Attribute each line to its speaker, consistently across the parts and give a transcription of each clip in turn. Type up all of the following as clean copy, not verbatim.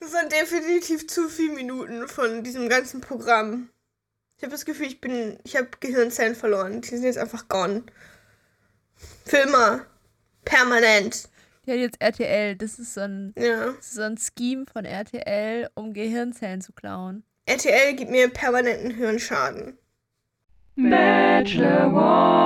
Speaker 1: Das sind definitiv zu viele Minuten von diesem ganzen Programm. Ich habe das Gefühl, ich habe Gehirnzellen verloren. Die sind jetzt einfach gone. Für immer. Permanent.
Speaker 2: Die hat jetzt RTL. Das ist so ein Scheme von RTL, um Gehirnzellen zu klauen.
Speaker 1: RTL gibt mir permanenten Hirnschaden.
Speaker 3: Bachelor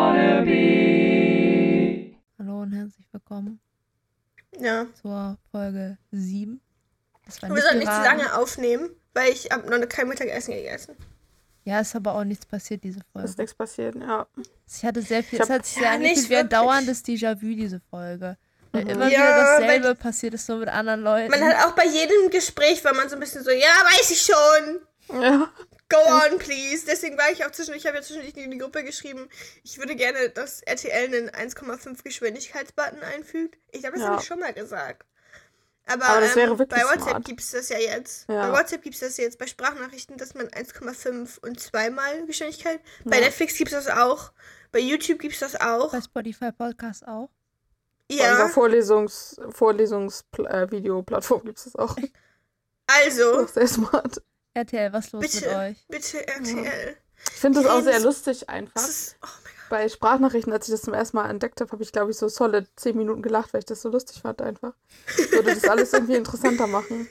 Speaker 3: Wannabe.
Speaker 2: Hallo und herzlich willkommen.
Speaker 1: Ja.
Speaker 2: Zur Folge 7.
Speaker 1: Wir sollten nicht zu lange aufnehmen, weil ich habe noch kein Mittagessen gegessen.
Speaker 2: Ja, ist aber auch nichts passiert, diese Folge.
Speaker 4: Ist nichts passiert, ja.
Speaker 2: Es hat sich sehr angefühlt wie ein dauerndes Déjà-vu, diese Folge. Weil immer
Speaker 1: Ja,
Speaker 2: wieder dasselbe passiert ist, nur mit anderen Leuten.
Speaker 1: Man hat auch bei jedem Gespräch, war man so ein bisschen so, ja, weiß ich schon.
Speaker 4: Ja.
Speaker 1: Go on, please. Deswegen war ich auch ich habe ja zwischendurch in die Gruppe geschrieben, ich würde gerne, dass RTL einen 1,5 Geschwindigkeitsbutton einfügt. Ich glaube, das habe ich schon mal gesagt. Aber
Speaker 4: das wäre wirklich
Speaker 1: bei WhatsApp
Speaker 4: smart.
Speaker 1: gibt es das ja jetzt.
Speaker 4: Ja.
Speaker 1: Bei WhatsApp gibt es das jetzt bei Sprachnachrichten, dass man 1,5 und 2-mal Geschwindigkeit. Bei Netflix gibt es das auch. Bei YouTube gibt es das auch.
Speaker 2: Bei Spotify Podcast auch.
Speaker 1: Ja.
Speaker 4: Bei dieser Videoplattform gibt es das auch.
Speaker 1: Also.
Speaker 4: Das ist sehr smart.
Speaker 2: RTL, was los mit euch?
Speaker 1: Bitte RTL.
Speaker 4: Ja. Ich finde das auch sehr lustig einfach.
Speaker 1: Oh mein Gott.
Speaker 4: Bei Sprachnachrichten, als ich das zum ersten Mal entdeckt habe, habe ich, glaube ich, so solid 10 Minuten gelacht, weil ich das so lustig fand einfach. Würde das alles irgendwie interessanter machen.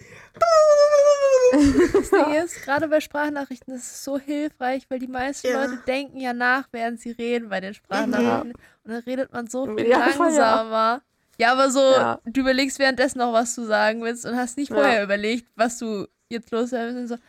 Speaker 2: Das Ding ist, gerade bei Sprachnachrichten ist es so hilfreich, weil die meisten Leute denken ja nach, während sie reden bei den Sprachnachrichten. Und dann redet man so viel langsamer. Ja, aber so, du überlegst währenddessen noch, was du sagen willst und hast nicht vorher überlegt, was du jetzt loswerden willst. So,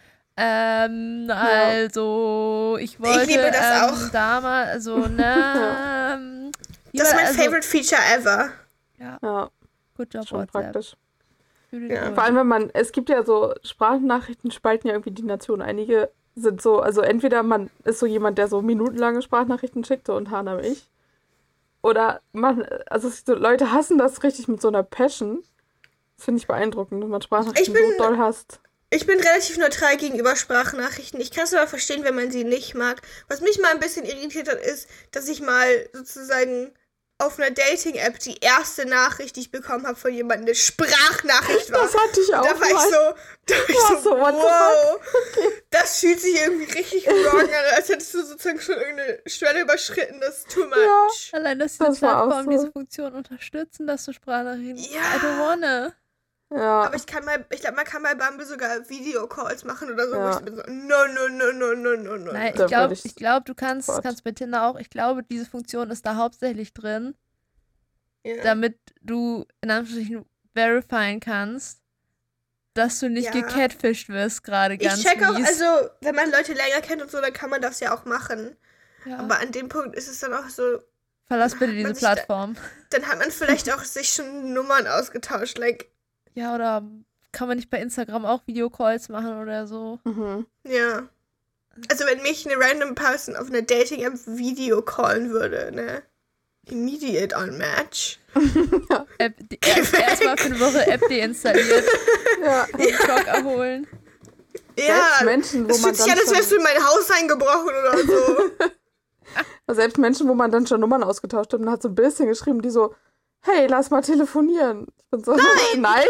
Speaker 2: also, ich wollte
Speaker 1: ich liebe das auch.
Speaker 2: damals, also, ne,
Speaker 1: das ist mein favorite Feature ever.
Speaker 2: Ja. Good job,
Speaker 4: schon
Speaker 2: WhatsApp.
Speaker 4: praktisch.
Speaker 2: Ja.
Speaker 4: Vor allem, es gibt ja so, Sprachnachrichten spalten ja irgendwie die Nation. Einige sind so, also entweder man ist so jemand, der so minutenlange Sprachnachrichten schickt, so und Hannah und ich. Oder so Leute hassen das richtig mit so einer Passion. Das finde ich beeindruckend, wenn man Sprachnachrichten so doll hasst.
Speaker 1: Ich bin relativ neutral gegenüber Sprachnachrichten. Ich kann es aber verstehen, wenn man sie nicht mag. Was mich mal ein bisschen irritiert hat, ist, dass ich mal sozusagen auf einer Dating-App die erste Nachricht, die ich bekommen habe von jemandem, eine Sprachnachricht war.
Speaker 4: Das hatte ich auch.
Speaker 1: Da war ich so, wow.
Speaker 4: Okay.
Speaker 1: Das fühlt sich irgendwie richtig wrong an, als hättest du sozusagen schon irgendeine Schwelle überschritten. Das ist too much.
Speaker 4: Ja.
Speaker 2: Allein, dass diese Plattformen diese Funktion unterstützen, dass du Sprachnachrichten... I don't wanna.
Speaker 4: Ja.
Speaker 1: Aber ich glaube, man kann bei Bumble sogar Videocalls machen oder so. Wo ich bin so, no.
Speaker 2: Nein, ich glaube, du kannst bei Tinder auch, ich glaube, diese Funktion ist da hauptsächlich drin, damit du in Anführungsstrichen verifieren kannst, dass du nicht gecatfished wirst gerade ganz
Speaker 1: Ich check auch,
Speaker 2: mies.
Speaker 1: also, wenn man Leute länger kennt und so, dann kann man das ja auch machen.
Speaker 2: Ja.
Speaker 1: Aber an dem Punkt ist es dann auch so...
Speaker 2: Verlass bitte diese Plattform.
Speaker 1: Dann hat man vielleicht auch sich schon Nummern ausgetauscht, like...
Speaker 2: Ja, oder kann man nicht bei Instagram auch Videocalls machen oder so?
Speaker 4: Mhm.
Speaker 1: Ja. Also wenn mich eine random Person auf einer Dating-App Video callen würde, ne? Immediate on Match.
Speaker 2: Erstmal für eine Woche App deinstalliert. Und Schock erholen.
Speaker 1: Ja,
Speaker 4: Menschen,
Speaker 1: das fühlt sich an, als wärst du in mein Haus eingebrochen oder so.
Speaker 4: Selbst Menschen, wo man dann schon Nummern ausgetauscht hat und hat so ein bisschen geschrieben, die so, hey, lass mal telefonieren. Ich bin so, nein.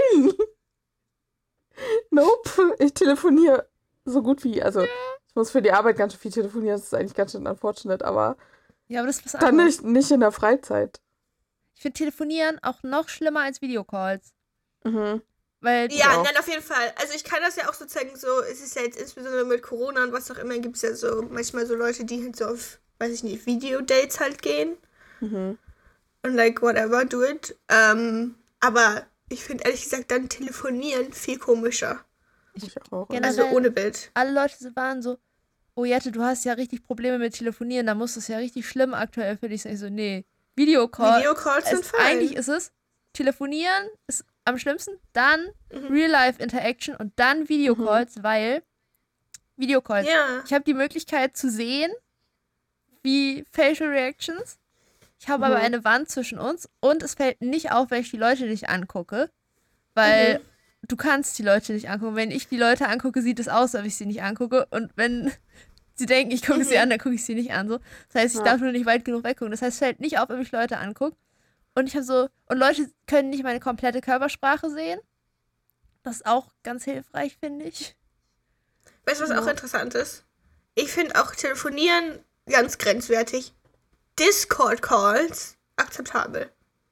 Speaker 4: Nope, ich telefoniere so gut wie, also ich muss für die Arbeit ganz schön viel telefonieren, das ist eigentlich ganz schön unfortunate, aber
Speaker 2: das ist was
Speaker 4: dann
Speaker 2: anderes.
Speaker 4: nicht in der Freizeit.
Speaker 2: Ich finde Telefonieren auch noch schlimmer als Videocalls.
Speaker 4: Mhm.
Speaker 2: Weil
Speaker 1: nein, auf jeden Fall. Also ich kann das ja auch sozusagen so, es ist ja jetzt insbesondere mit Corona und was auch immer, gibt es ja so manchmal so Leute, die halt so auf, weiß ich nicht, Videodates halt gehen.
Speaker 4: Mhm.
Speaker 1: Und like, whatever, do it. Aber ich finde ehrlich gesagt dann Telefonieren viel komischer.
Speaker 4: Ich auch.
Speaker 1: Also ohne Bild.
Speaker 2: Alle Leute waren so, oh Jette, du hast ja richtig Probleme mit Telefonieren, da muss das ja richtig schlimm aktuell für dich sein. Ich so, nee,
Speaker 1: Videocalls sind fein.
Speaker 2: Eigentlich ist es, Telefonieren ist am schlimmsten, dann Real-Life-Interaction und dann Videocalls, weil Videocalls, ich habe die Möglichkeit zu sehen, wie Facial Reactions. Ich habe aber eine Wand zwischen uns und es fällt nicht auf, wenn ich die Leute nicht angucke, weil du kannst die Leute nicht angucken. Wenn ich die Leute angucke, sieht es aus, als ob ich sie nicht angucke und wenn sie denken, ich gucke sie an, dann gucke ich sie nicht an. So. Das heißt, ich darf nur nicht weit genug weggucken. Das heißt, es fällt nicht auf, wenn ich Leute angucke. Und ich habe so, und Leute können nicht meine komplette Körpersprache sehen, Das ist auch ganz hilfreich, finde ich.
Speaker 1: Weißt du, was auch interessant ist? Ich finde auch Telefonieren ganz grenzwertig. Discord-Calls akzeptabel.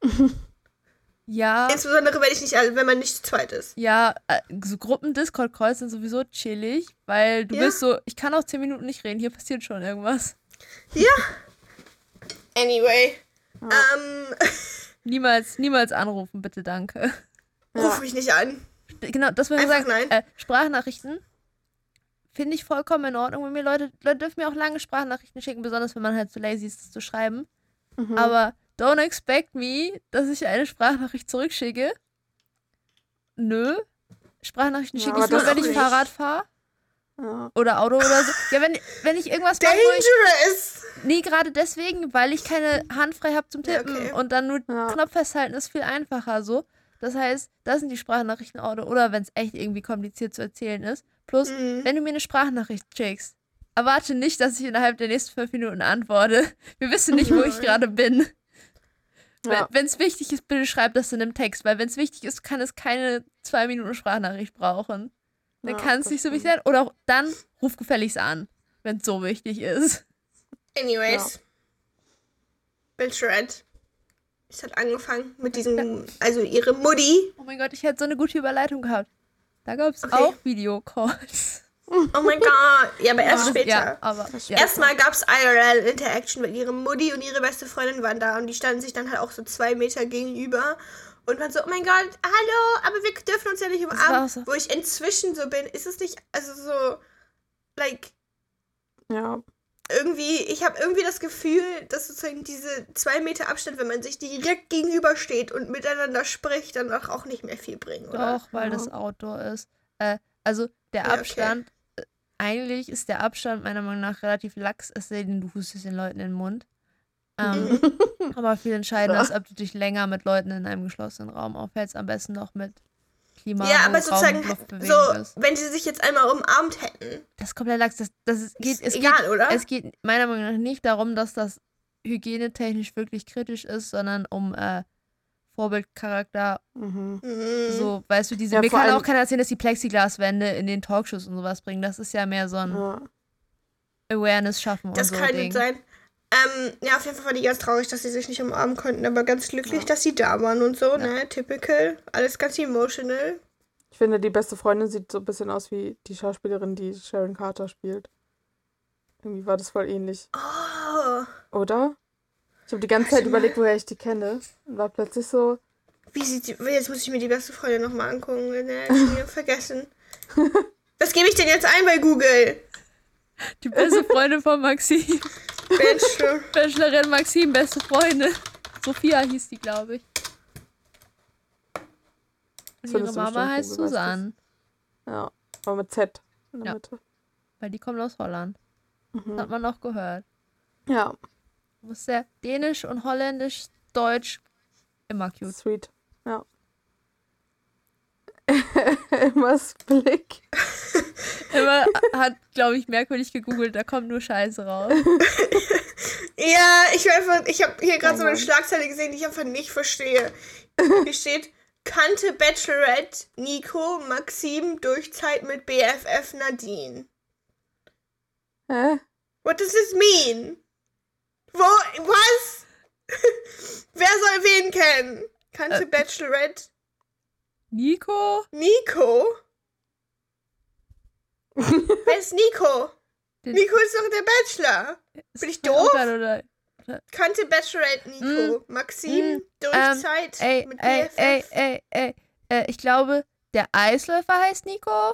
Speaker 2: Ja.
Speaker 1: Insbesondere, wenn man nicht zu zweit ist.
Speaker 2: Ja, so Gruppen-Discord-Calls sind sowieso chillig, weil du bist so, ich kann auch 10 Minuten nicht reden, hier passiert schon irgendwas.
Speaker 1: Ja. Anyway.
Speaker 2: Niemals anrufen, bitte, danke.
Speaker 1: Ruf mich nicht an.
Speaker 2: Genau, das würde ich sagen.
Speaker 1: Nein.
Speaker 2: Sprachnachrichten finde ich vollkommen in Ordnung. Wenn mir Leute dürfen mir auch lange Sprachnachrichten schicken, besonders wenn man halt so lazy ist, das zu schreiben. Aber don't expect me, dass ich eine Sprachnachricht zurückschicke. Nö. Sprachnachrichten schicke ich nur, wenn ich Fahrrad fahre. Ja. Oder Auto oder so. Ja, wenn ich irgendwas mache,
Speaker 1: Dangerous!
Speaker 2: Nee, gerade deswegen, weil ich keine Hand frei habe zum Tippen und dann nur Knopf festhalten ist viel einfacher so. Das heißt, das sind die Sprachnachrichten oder wenn es echt irgendwie kompliziert zu erzählen ist. Plus, wenn du mir eine Sprachnachricht schickst, erwarte nicht, dass ich innerhalb der nächsten 5 Minuten antworte. Wir wissen nicht, wo ich gerade bin. Ja. Wenn es wichtig ist, bitte schreib das in einem Text, weil wenn es wichtig ist, kann es keine 2 Minuten Sprachnachricht brauchen. Dann kann es nicht so wichtig sein. Oder auch dann ruf gefälligst an, wenn es so wichtig ist.
Speaker 1: Anyways. Bachelorette. Es hat angefangen mit diesem, also ihre Mutti.
Speaker 2: Oh mein Gott, ich hätte so eine gute Überleitung gehabt. Da gab es auch Videocalls.
Speaker 1: Oh mein Gott. Ja, aber erst später.
Speaker 2: Ja, aber
Speaker 1: erstmal gab es IRL-Interaction, weil ihre Mutti und ihre beste Freundin waren da und die standen sich dann halt auch so 2 Meter gegenüber und waren so, oh mein Gott, hallo, aber wir dürfen uns ja nicht umarmen. So. Wo ich inzwischen so bin, ist es nicht, also so, like,
Speaker 4: ja.
Speaker 1: Irgendwie, ich habe irgendwie das Gefühl, dass sozusagen diese 2 Meter Abstand, wenn man sich direkt gegenübersteht und miteinander spricht, dann auch nicht mehr viel bringen, oder?
Speaker 2: Doch, weil das Outdoor ist. Also der Abstand, eigentlich ist der Abstand meiner Meinung nach relativ lax, es sei denn, du hustest den Leuten in den Mund. Aber viel entscheidender ist, ob du dich länger mit Leuten in einem geschlossenen Raum aufhältst, am besten noch mit Klima.
Speaker 1: Ja, aber sozusagen, so, wenn sie sich jetzt einmal umarmt hätten.
Speaker 2: Das ist komplett lax. Es
Speaker 1: egal, oder?
Speaker 2: Es geht meiner Meinung nach nicht darum, dass das hygienetechnisch wirklich kritisch ist, sondern um Vorbildcharakter. So, weißt du, mir kann auch keiner erzählen, dass die Plexiglaswände in den Talkshows und sowas bringen. Das ist ja mehr so ein Awareness schaffen und so.
Speaker 1: Das kann nicht sein. Ja, auf jeden Fall war die ganz traurig, dass sie sich nicht umarmen konnten, aber ganz glücklich, dass sie da waren und so, ne? Typical. Alles ganz emotional.
Speaker 4: Ich finde, die beste Freundin sieht so ein bisschen aus wie die Schauspielerin, die Sharon Carter spielt. Irgendwie war das voll ähnlich.
Speaker 1: Oh.
Speaker 4: Oder? Ich habe die ganze Zeit überlegt, woher ich die kenne. Und war plötzlich so...
Speaker 1: Wie sieht die... Jetzt muss ich mir die beste Freundin nochmal angucken. Ne? Ich hab die vergessen. Was gebe ich denn jetzt ein bei Google?
Speaker 2: Die beste Freundin von Maxim. Bachelorin Maxim, beste Freundin. Sophia hieß die, glaube ich. Und ihre Mama heißt Susanne.
Speaker 4: Ja, aber mit Z in der Mitte.
Speaker 2: Weil die kommt aus Holland. Das hat man noch gehört.
Speaker 4: Ja.
Speaker 2: Du musst ja Dänisch und Holländisch, Deutsch, immer cute.
Speaker 4: Sweet, ja. Emmas Blick.
Speaker 2: Emma hat, glaube ich, merkwürdig gegoogelt, da kommt nur Scheiße raus.
Speaker 1: Ja, ich habe hier gerade so eine Schlagzeile gesehen, die ich einfach nicht verstehe. Hier steht, kannte Bachelorette Nico Maxim durch Zeit mit BFF Nadine.
Speaker 4: Hä?
Speaker 1: What does this mean? Was? Wer soll wen kennen? Kannte Bachelorette
Speaker 2: Nico?
Speaker 1: Wer ist Nico? Nico ist doch der Bachelor. Bin ich doof?
Speaker 2: Oder?
Speaker 1: Kannte Bachelorette Nico. Maxim durch Zeit mit BFF.
Speaker 2: Ich glaube, der Eisläufer heißt Nico.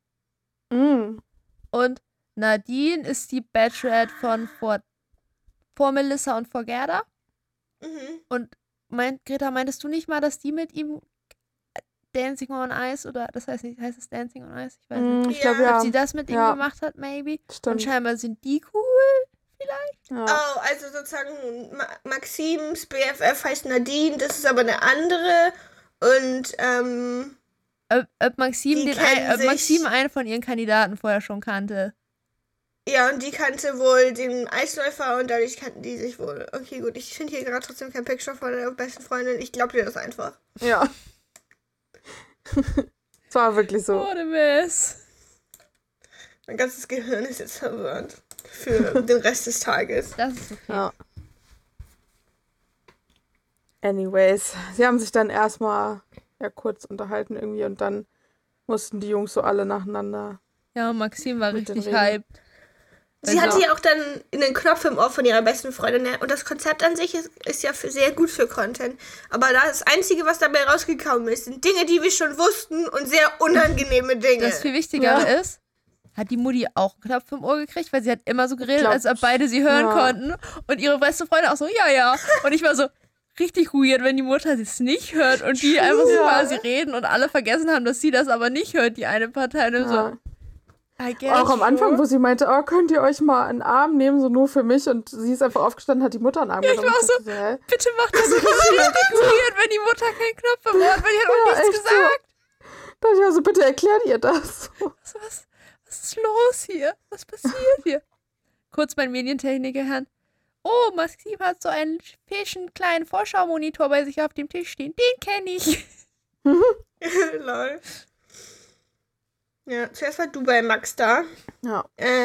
Speaker 2: Und Nadine ist die Bachelorette von vor Melissa und vor Gerda. Und Greta, meintest du nicht mal, dass die mit ihm Dancing on Ice oder das heißt es Dancing on Ice? Ich weiß nicht.
Speaker 4: Ich glaube, ja.
Speaker 2: Ob sie das mit ihm gemacht hat, maybe.
Speaker 4: Stimmt.
Speaker 2: Und scheinbar sind die cool, vielleicht.
Speaker 1: Ja. Oh, also sozusagen Maxims BFF heißt Nadine, das ist aber eine andere. Und
Speaker 2: ob Maxim einen von ihren Kandidaten vorher schon kannte.
Speaker 1: Ja, und die kannte wohl den Eisläufer und dadurch kannten die sich wohl. Okay, gut, ich finde hier gerade trotzdem kein Picture von der besten Freundin. Ich glaube dir das einfach.
Speaker 4: Ja. Es war wirklich so.
Speaker 2: What a mess.
Speaker 1: Mein ganzes Gehirn ist jetzt verwirrt. Für den Rest des Tages.
Speaker 2: Das ist okay.
Speaker 4: Ja. Anyways, sie haben sich dann erstmal kurz unterhalten irgendwie und dann mussten die Jungs so alle nacheinander.
Speaker 2: Ja, Maxim war
Speaker 4: Mit den
Speaker 2: richtig
Speaker 4: Reden.
Speaker 2: hyped.
Speaker 1: Sie hatte ja auch dann einen Knopf im Ohr von ihrer besten Freundin. Und das Konzept an sich ist ja sehr gut für Content. Aber das Einzige, was dabei rausgekommen ist, sind Dinge, die wir schon wussten und sehr unangenehme Dinge.
Speaker 2: Das viel Wichtigere ist, hat die Mutti auch einen Knopf im Ohr gekriegt, weil sie hat immer so geredet, als ob beide sie hören konnten. Und ihre beste Freundin auch so, ja. Und ich war so, richtig weird, wenn die Mutter es nicht hört und die einfach so quasi reden und alle vergessen haben, dass sie das aber nicht hört, die eine Partei. Und so.
Speaker 4: Auch am Anfang, wo sie meinte, könnt ihr euch mal einen Arm nehmen, so nur für mich. Und sie ist einfach aufgestanden, hat die Mutter einen Arm genommen.
Speaker 2: Ich war so, bitte mach das. Das ist richtig weird, wenn die Mutter keinen Knopf im Ohr hat, weil die hat auch nichts gesagt.
Speaker 4: Da dachte ich also, bitte erklärt ihr das.
Speaker 2: Was ist los hier? Was passiert hier? Kurz mein Medientechniker Herrn. Oh, Maxim hat so einen fähischen kleinen Vorschau-Monitor bei sich auf dem Tisch stehen. Den kenne ich.
Speaker 1: Lol. Ja, zuerst war du bei Max da.
Speaker 4: Ja.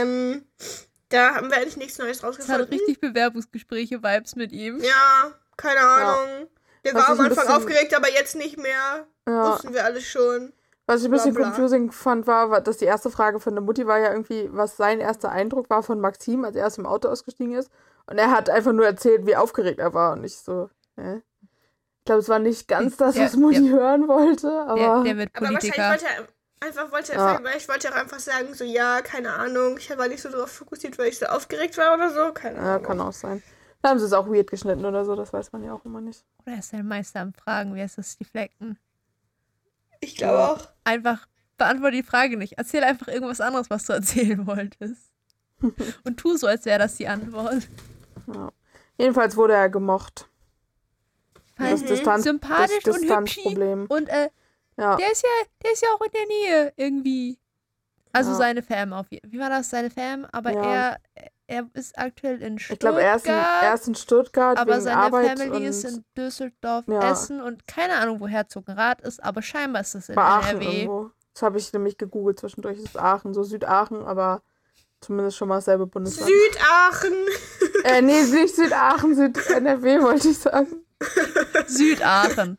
Speaker 1: Da haben wir eigentlich nichts Neues
Speaker 2: Das
Speaker 1: rausgefunden.
Speaker 2: hat richtig Bewerbungsgespräche-Vibes mit ihm.
Speaker 1: Ja, keine Ahnung. Der
Speaker 4: Was
Speaker 1: war
Speaker 4: ich
Speaker 1: am
Speaker 4: ein
Speaker 1: Anfang
Speaker 4: bisschen-
Speaker 1: aufgeregt, aber jetzt nicht mehr.
Speaker 4: Ja.
Speaker 1: Wussten wir alles schon.
Speaker 4: Was ich ein bisschen
Speaker 1: Bla, bla.
Speaker 4: confusing fand, war, dass die erste Frage von der Mutti war ja irgendwie, was sein erster Eindruck war von Maxim, als er aus dem Auto ausgestiegen ist. Und er hat einfach nur erzählt, wie aufgeregt er war. Und ich so, Ich glaube, es war nicht ganz das, was Mutti hören wollte, aber...
Speaker 2: Der wird
Speaker 1: Aber
Speaker 2: Politiker.
Speaker 1: wahrscheinlich wollte er auch einfach sagen, so, ja, keine Ahnung, ich war nicht so drauf fokussiert, weil ich so aufgeregt war oder so. Keine Ahnung.
Speaker 4: Ja, kann auch sein. Da haben sie es auch weird geschnitten oder so, das weiß man ja auch immer nicht.
Speaker 2: Oder er ist ein Meister am Fragen. Wie heißt das? Die Flecken.
Speaker 1: Ich glaube auch.
Speaker 2: Einfach beantworte die Frage nicht. Erzähl einfach irgendwas anderes, was du erzählen wolltest. Und tu so, als wäre das die Antwort.
Speaker 4: Ja. Jedenfalls wurde er gemocht. Das
Speaker 2: Sympathisch
Speaker 4: das
Speaker 2: und
Speaker 4: Distanzproblem.
Speaker 2: hübsch. Und
Speaker 4: Ja.
Speaker 2: der ist ja auch in der Nähe irgendwie. Also seine Fam auf jeden Fall. Wie war das, seine Fam? Aber er ist aktuell in Stuttgart.
Speaker 4: Ich glaube, er ist in Stuttgart
Speaker 2: aber
Speaker 4: wegen
Speaker 2: seine
Speaker 4: Arbeit
Speaker 2: Family
Speaker 4: und
Speaker 2: ist in Düsseldorf,
Speaker 4: Ja.
Speaker 2: Essen und keine Ahnung, wo Herzogenrath ist, aber scheinbar ist das in
Speaker 4: bei Aachen
Speaker 2: NRW.
Speaker 4: irgendwo. Das habe ich nämlich gegoogelt zwischendurch. Das ist Aachen, so Südaachen, aber zumindest schon mal dasselbe Bundesland.
Speaker 1: Südachen.
Speaker 4: Nee, nicht Südaachen, Süd-NRW wollte ich sagen.
Speaker 2: Südaachen.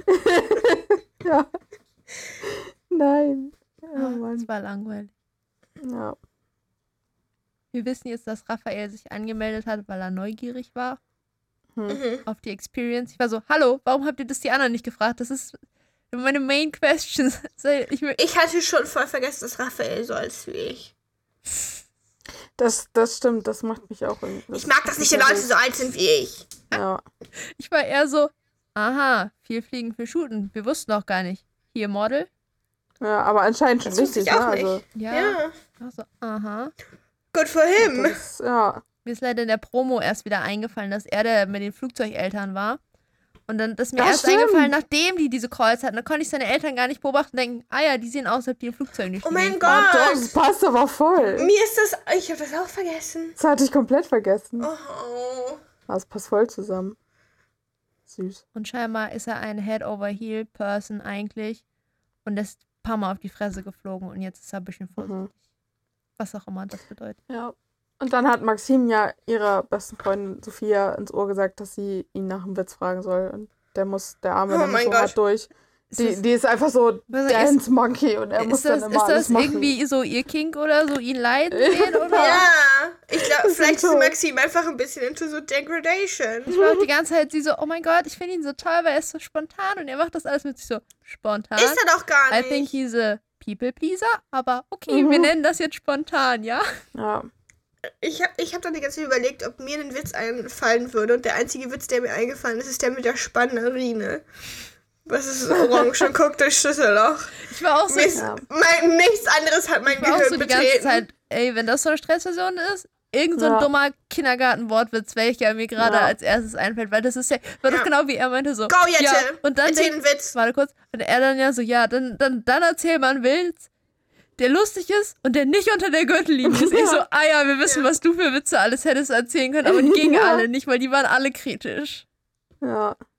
Speaker 4: Ja. Nein. Ja, Mann.
Speaker 2: Das war langweilig.
Speaker 4: Ja.
Speaker 2: Wir wissen jetzt, dass Raphael sich angemeldet hat, weil er neugierig war auf die Experience. Ich war so, hallo, warum habt ihr das die anderen nicht gefragt? Das ist meine Main Question.
Speaker 1: Ich hatte schon voll vergessen, dass Raphael so alt ist wie ich.
Speaker 4: Das stimmt, das macht mich auch irgendwie.
Speaker 1: Ich mag das nicht, wenn Leute so alt sind wie ich.
Speaker 4: Ja.
Speaker 2: Ich war eher so, aha, viel fliegen, viel shooten. Wir wussten auch gar nicht. Hier Model.
Speaker 4: Ja, aber anscheinend schon
Speaker 1: Das wusste
Speaker 4: wichtig,
Speaker 1: ich auch
Speaker 4: ne?
Speaker 1: nicht.
Speaker 4: Also,
Speaker 2: Ja. Also, aha.
Speaker 1: Good for him.
Speaker 4: das, ja.
Speaker 2: Mir ist leider in der Promo erst wieder eingefallen, dass er der mit den Flugzeugeltern war. Und dann ist mir
Speaker 4: Das
Speaker 2: erst
Speaker 4: stimmt.
Speaker 2: eingefallen, nachdem die diese Calls hatten. Dann konnte ich seine Eltern gar nicht beobachten und denken, die sehen aus, als ob die in Flugzeugen nicht
Speaker 1: Oh mein
Speaker 2: fliegen.
Speaker 1: Gott.
Speaker 4: Doch, das passt aber voll.
Speaker 1: Mir ist das... Ich habe das auch vergessen.
Speaker 4: Das hatte ich komplett vergessen.
Speaker 1: Oh.
Speaker 4: Das passt voll zusammen. Süß.
Speaker 2: Und scheinbar ist er ein Head-over-Heel-Person eigentlich. Und ist ein paar Mal auf die Fresse geflogen. Und jetzt ist er ein bisschen vorsichtig. Was auch immer das bedeutet.
Speaker 4: Ja. Und dann hat Maxim ja ihrer besten Freundin Sophia ins Ohr gesagt, dass sie ihn nach einem Witz fragen soll. Und der Arme,
Speaker 1: Oh
Speaker 4: der muss
Speaker 1: mein
Speaker 4: so
Speaker 1: Gott.
Speaker 4: hart durch. Die ist einfach so Dance Monkey und er muss dann immer alles machen.
Speaker 2: Irgendwie so ihr Kink oder so, ihn leiden sehen? Oder?
Speaker 1: Ja. Ich glaube, vielleicht
Speaker 4: so.
Speaker 1: ist Maxim einfach ein bisschen into so Degradation.
Speaker 2: Ich war auch die ganze Zeit so, oh mein Gott, ich finde ihn so toll, weil er ist so spontan und er macht das alles mit sich so spontan.
Speaker 1: Ist er doch gar
Speaker 2: I
Speaker 1: nicht.
Speaker 2: think he's a people pleaser, aber okay, wir nennen das jetzt spontan, ja?
Speaker 4: Ja.
Speaker 1: Ich hab dann die ganze Zeit überlegt, ob mir ein Witz einfallen würde. Und der einzige Witz, der mir eingefallen ist, ist der mit der Spannerine. Was ist orange und guckt durchs Schlüsselloch.
Speaker 2: Ich war auch so,
Speaker 1: Nichts anderes hat mein
Speaker 2: ich war auch
Speaker 1: Gehirn
Speaker 2: so die ganze
Speaker 1: betreten.
Speaker 2: Zeit, wenn das so eine Stressversion ist, irgend so ein dummer Kindergartenwortwitz, welcher mir gerade als erstes einfällt, weil das ist war doch genau wie er meinte so.
Speaker 1: Go, Jette!
Speaker 2: Ja, und dann
Speaker 1: Erzähl einen Witz.
Speaker 2: Warte kurz. Und er dann ja so, ja, dann erzähl mal einen Witz, der lustig ist und der nicht unter der Gürtellinie ist. Ich so, wir wissen, was du für Witze alles hättest erzählen können, aber die gingen alle nicht, weil die waren alle kritisch.
Speaker 4: Ja.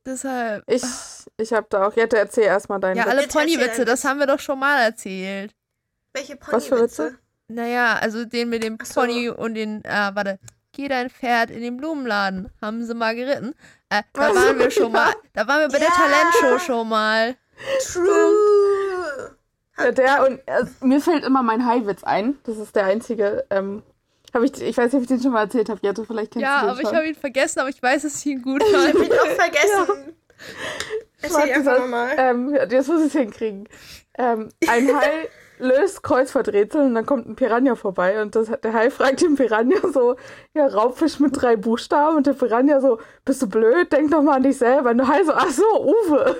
Speaker 2: Deshalb.
Speaker 4: Ich habe da auch. Jette, erzähl erstmal deinen
Speaker 2: Ja,
Speaker 4: Witz.
Speaker 2: alle Ponywitze, das haben wir doch schon mal erzählt.
Speaker 1: Welche
Speaker 4: Was für Witze?
Speaker 1: Ponywitze?
Speaker 2: Naja, also den mit dem Pony und den, warte. Geh dein Pferd in den Blumenladen. Haben sie mal geritten. Da waren wir schon mal. Da waren wir bei der Talentshow schon mal.
Speaker 1: True.
Speaker 4: Ja, mir fällt immer mein Hai-Witz ein. Das ist der einzige. Ich weiß nicht, ob ich den schon mal erzählt habe. Jette, vielleicht kennst du den
Speaker 2: Ja, aber
Speaker 4: schon.
Speaker 2: ich habe ihn vergessen, aber ich weiß, dass ich ihn gut
Speaker 1: Ich
Speaker 2: fand.
Speaker 1: hab ihn auch vergessen. Erzähl einfach nochmal.
Speaker 4: Jetzt muss ich es hinkriegen. Ein Hai löst Kreuzworträtsel und dann kommt ein Piranha vorbei und der Hai fragt den Piranha so, ja, Raubfisch mit 3 Buchstaben und der Piranha so, bist du blöd? Denk doch mal an dich selber. Und der Hai so, ach so, Uwe.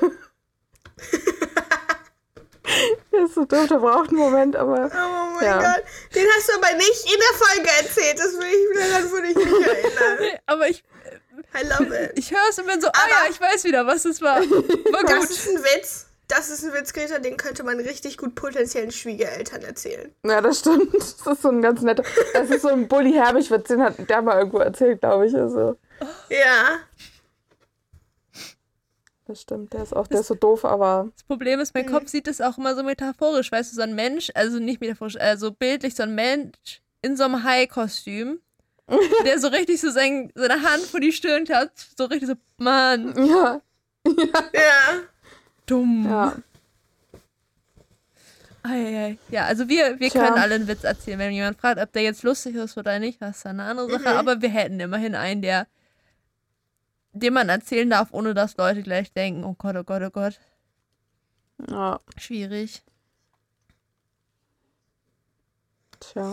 Speaker 4: Das ist so doof, der braucht einen Moment, aber
Speaker 1: Oh mein Gott. Den hast du aber nicht in der Folge erzählt. Daran würde ich mich erinnern.
Speaker 2: Aber ich
Speaker 1: love it.
Speaker 2: höre es und bin so, ja, ich weiß wieder, was es war. War
Speaker 1: Das
Speaker 2: gut.
Speaker 1: ist ein Witz. Das ist ein Witz, Greta, den könnte man richtig gut potenziellen Schwiegereltern erzählen.
Speaker 4: Ja, das stimmt. Das ist so ein ganz netter. Das ist so ein Bully-Herbig-Witz, den hat der mal irgendwo erzählt, glaube ich. Also,
Speaker 1: Ja.
Speaker 4: das stimmt. Der ist so doof, aber.
Speaker 2: Das Problem ist, mein Kopf sieht es auch immer so metaphorisch. Weißt du, so ein Mensch, also nicht metaphorisch, also bildlich, so ein Mensch in so einem Hai-Kostüm, der so richtig so seine Hand vor die Stirn hat, so richtig so, Mann,
Speaker 4: Ja.
Speaker 1: Ja.
Speaker 2: dumm.
Speaker 4: Ja.
Speaker 2: Ei. Ja, also wir können alle einen Witz erzählen. Wenn jemand fragt, ob der jetzt lustig ist oder nicht, das ist eine andere Sache. Aber wir hätten immerhin einen, den man erzählen darf, ohne dass Leute gleich denken, oh Gott, oh Gott, oh Gott.
Speaker 4: Ja.
Speaker 2: Schwierig.
Speaker 4: Tja.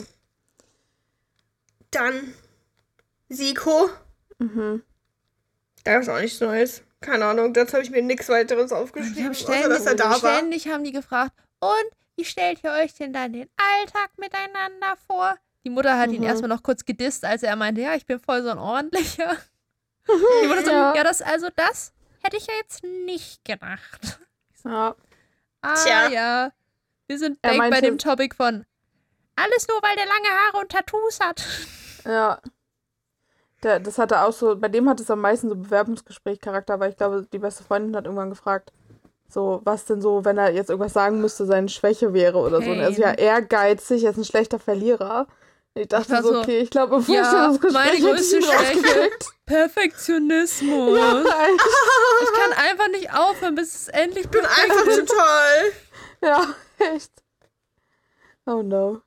Speaker 1: Dann Siko. Da ist auch nichts Neues. Keine Ahnung, dazu habe ich mir nichts weiteres aufgeschrieben, außer dass er da war.
Speaker 2: Ständig haben die gefragt, und wie stellt ihr euch denn dann den Alltag miteinander vor? Die Mutter hat ihn erstmal noch kurz gedisst, als er meinte, ja, ich bin voll so ein ordentlicher. Die Mutter so, ja, das hätte ich ja jetzt nicht gedacht.
Speaker 4: Ja.
Speaker 1: Tja.
Speaker 2: Ja. Wir sind back bei dem Topic von alles nur, weil der lange Haare und Tattoos hat.
Speaker 4: Ja. Das hatte auch so, bei dem hat es am meisten so Bewerbungsgespräch-Charakter, weil ich glaube, die beste Freundin hat irgendwann gefragt, so, was denn so, wenn er jetzt irgendwas sagen müsste, seine Schwäche wäre oder so. Und er ist ja ehrgeizig, er ist ein schlechter Verlierer. Ich dachte so, okay, ich glaube, bevor ich das Gespräch
Speaker 2: meine größte Schwäche, Perfektionismus.
Speaker 4: Ja,
Speaker 2: ich kann einfach nicht aufhören, bis es endlich
Speaker 1: Ich bin einfach zu toll.
Speaker 4: Ja, echt. Oh no.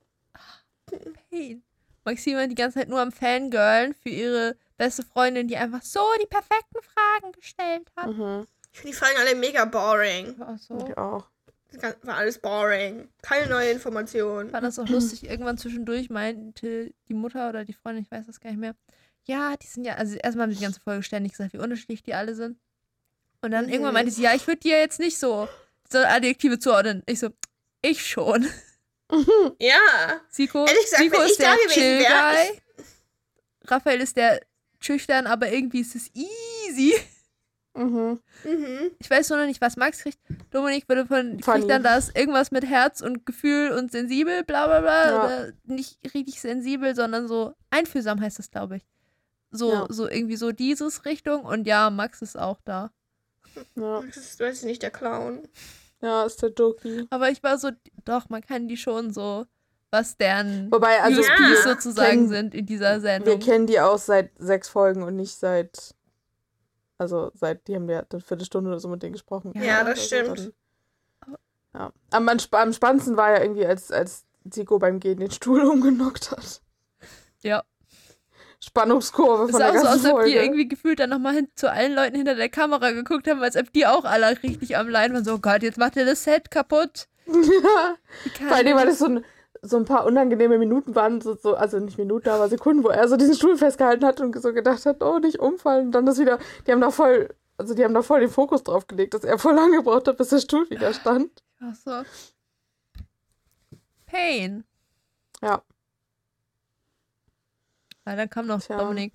Speaker 2: Pain. Maxima die ganze Zeit nur am Fangirlen für ihre beste Freundin, die einfach so die perfekten Fragen gestellt hat.
Speaker 1: Ich finde die Fragen alle mega boring.
Speaker 2: War so.
Speaker 4: Ich auch.
Speaker 1: War alles boring. Keine neue Information.
Speaker 2: War das auch lustig. Irgendwann zwischendurch meinte die Mutter oder die Freundin, ich weiß das gar nicht mehr, ja, die sind ja, also erstmal haben die ganze Folge ständig gesagt, wie unterschiedlich die alle sind. Und dann irgendwann meinte sie, ja, ich würde dir jetzt nicht so Adjektive zuordnen. Ich so, ich schon.
Speaker 1: Ja.
Speaker 2: Siko
Speaker 1: Ehrlich gesagt, wenn
Speaker 2: ist
Speaker 1: ich da
Speaker 2: der
Speaker 1: gewesen wäre,
Speaker 2: Chill-Guy. Raphael ist der schüchtern, aber irgendwie ist es easy. Ich weiß nur noch nicht, was Max kriegt. Dominik würde kriegt dann das irgendwas mit Herz und Gefühl und sensibel, bla bla bla.
Speaker 4: Ja.
Speaker 2: Oder nicht richtig sensibel, sondern so einfühlsam heißt das, glaube ich. So irgendwie so dieses Richtung. Und ja, Max ist auch da.
Speaker 4: Ja.
Speaker 1: Das ist, weiß ich nicht, der Clown.
Speaker 4: Ja, ist der Doki.
Speaker 2: Aber ich war so, doch, man kann die schon so, was deren
Speaker 4: Wobei, also
Speaker 2: USPs sozusagen sind in dieser Sendung.
Speaker 4: wir kennen die auch seit 6 Folgen und nicht seit, die haben ja eine Viertelstunde oder so mit denen gesprochen.
Speaker 1: Ja, das
Speaker 4: Also
Speaker 1: stimmt.
Speaker 4: Ja. Am spannendsten war ja irgendwie, als Zico beim Gehen den Stuhl umgenockt hat.
Speaker 2: Ja.
Speaker 4: Spannungskurve
Speaker 2: Es
Speaker 4: von
Speaker 2: sah
Speaker 4: der
Speaker 2: auch so
Speaker 4: ganzen
Speaker 2: aus, als ob die
Speaker 4: Folge.
Speaker 2: irgendwie gefühlt dann nochmal zu allen Leuten hinter der Kamera geguckt haben, als ob die auch alle richtig am Leiden waren. So, oh Gott, jetzt macht ihr das Set kaputt.
Speaker 4: Ja.
Speaker 2: Wie kann
Speaker 4: Vor allem, weil
Speaker 2: das-
Speaker 4: das so ein paar unangenehme Minuten waren, so, also nicht Minuten, aber Sekunden, wo er so diesen Stuhl festgehalten hat und so gedacht hat, oh, nicht umfallen. Und dann das wieder, die haben da voll den Fokus drauf gelegt, dass er voll lange gebraucht hat, bis der Stuhl wieder stand.
Speaker 2: Ach so. Pain.
Speaker 4: Ja.
Speaker 2: Ja, dann kam noch
Speaker 4: Tja.
Speaker 2: Dominik.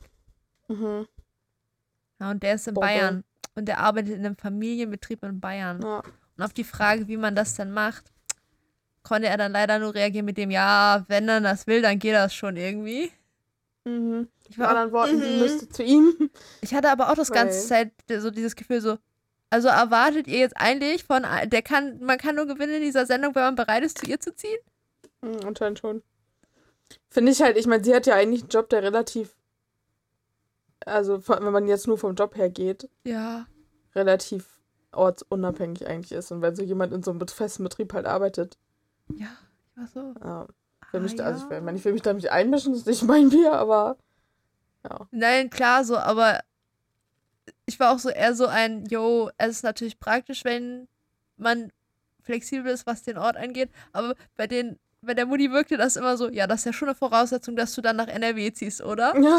Speaker 2: Ja, und der ist in
Speaker 4: Bobbe.
Speaker 2: Bayern. Und der arbeitet in einem Familienbetrieb in Bayern.
Speaker 4: Ja.
Speaker 2: Und auf die Frage, wie man das dann macht, konnte er dann leider nur reagieren mit dem, ja, wenn er das will, dann geht das schon irgendwie.
Speaker 4: Mhm. Mit anderen Worten, sie müsste zu ihm.
Speaker 2: Ich hatte aber auch das ganze Zeit so dieses Gefühl so, also erwartet ihr jetzt eigentlich man kann nur gewinnen in dieser Sendung, wenn man bereit ist, zu ihr zu ziehen?
Speaker 4: Anscheinend schon. Finde ich halt, ich meine, sie hat ja eigentlich einen Job, der relativ, also wenn man jetzt nur vom Job her geht, relativ ortsunabhängig eigentlich ist. Und wenn so jemand in so einem festen Betrieb halt arbeitet.
Speaker 2: Ja, ich war so.
Speaker 4: Ja. Also ich will mich da nicht einmischen, das ist nicht mein Bier, aber ja.
Speaker 2: Nein, klar so, aber ich war auch so eher so ein, es ist natürlich praktisch, wenn man flexibel ist, was den Ort angeht, aber bei der Mutti wirkte das immer so, ja, das ist ja schon eine Voraussetzung, dass du dann nach NRW ziehst, oder?
Speaker 4: Ja.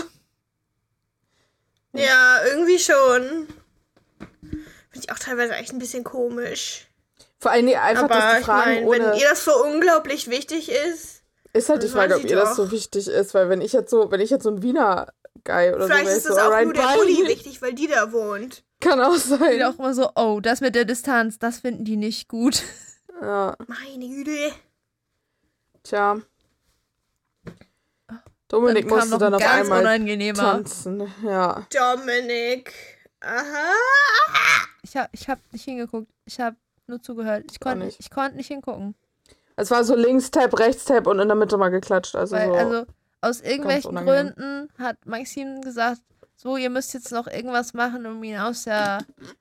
Speaker 1: Ja, irgendwie schon. Finde ich auch teilweise echt ein bisschen komisch.
Speaker 4: Vor allem einfach, dass die Fragen
Speaker 1: wenn ihr das so unglaublich wichtig ist.
Speaker 4: Ist halt die Frage, ob ihr das so wichtig ist, weil wenn ich jetzt so ein Wiener Guy oder
Speaker 1: vielleicht
Speaker 4: so.
Speaker 1: Vielleicht ist es auch nur der Mutti wichtig, weil die da wohnt.
Speaker 4: Kann auch sein.
Speaker 2: Die auch immer so, das mit der Distanz, das finden die nicht gut.
Speaker 4: Ja.
Speaker 1: Meine Güte.
Speaker 4: Tja. Dominik musste dann auf einmal tanzen. Ja.
Speaker 1: Dominik. Aha.
Speaker 2: Ich hab nicht hingeguckt. Ich hab nur zugehört. Ich konnte nicht hingucken.
Speaker 4: Es war so Links-Tab, Rechts-Tab und in der Mitte mal geklatscht. Also
Speaker 2: aus irgendwelchen Gründen hat Maxim gesagt, so, ihr müsst jetzt noch irgendwas machen, um ihn aus der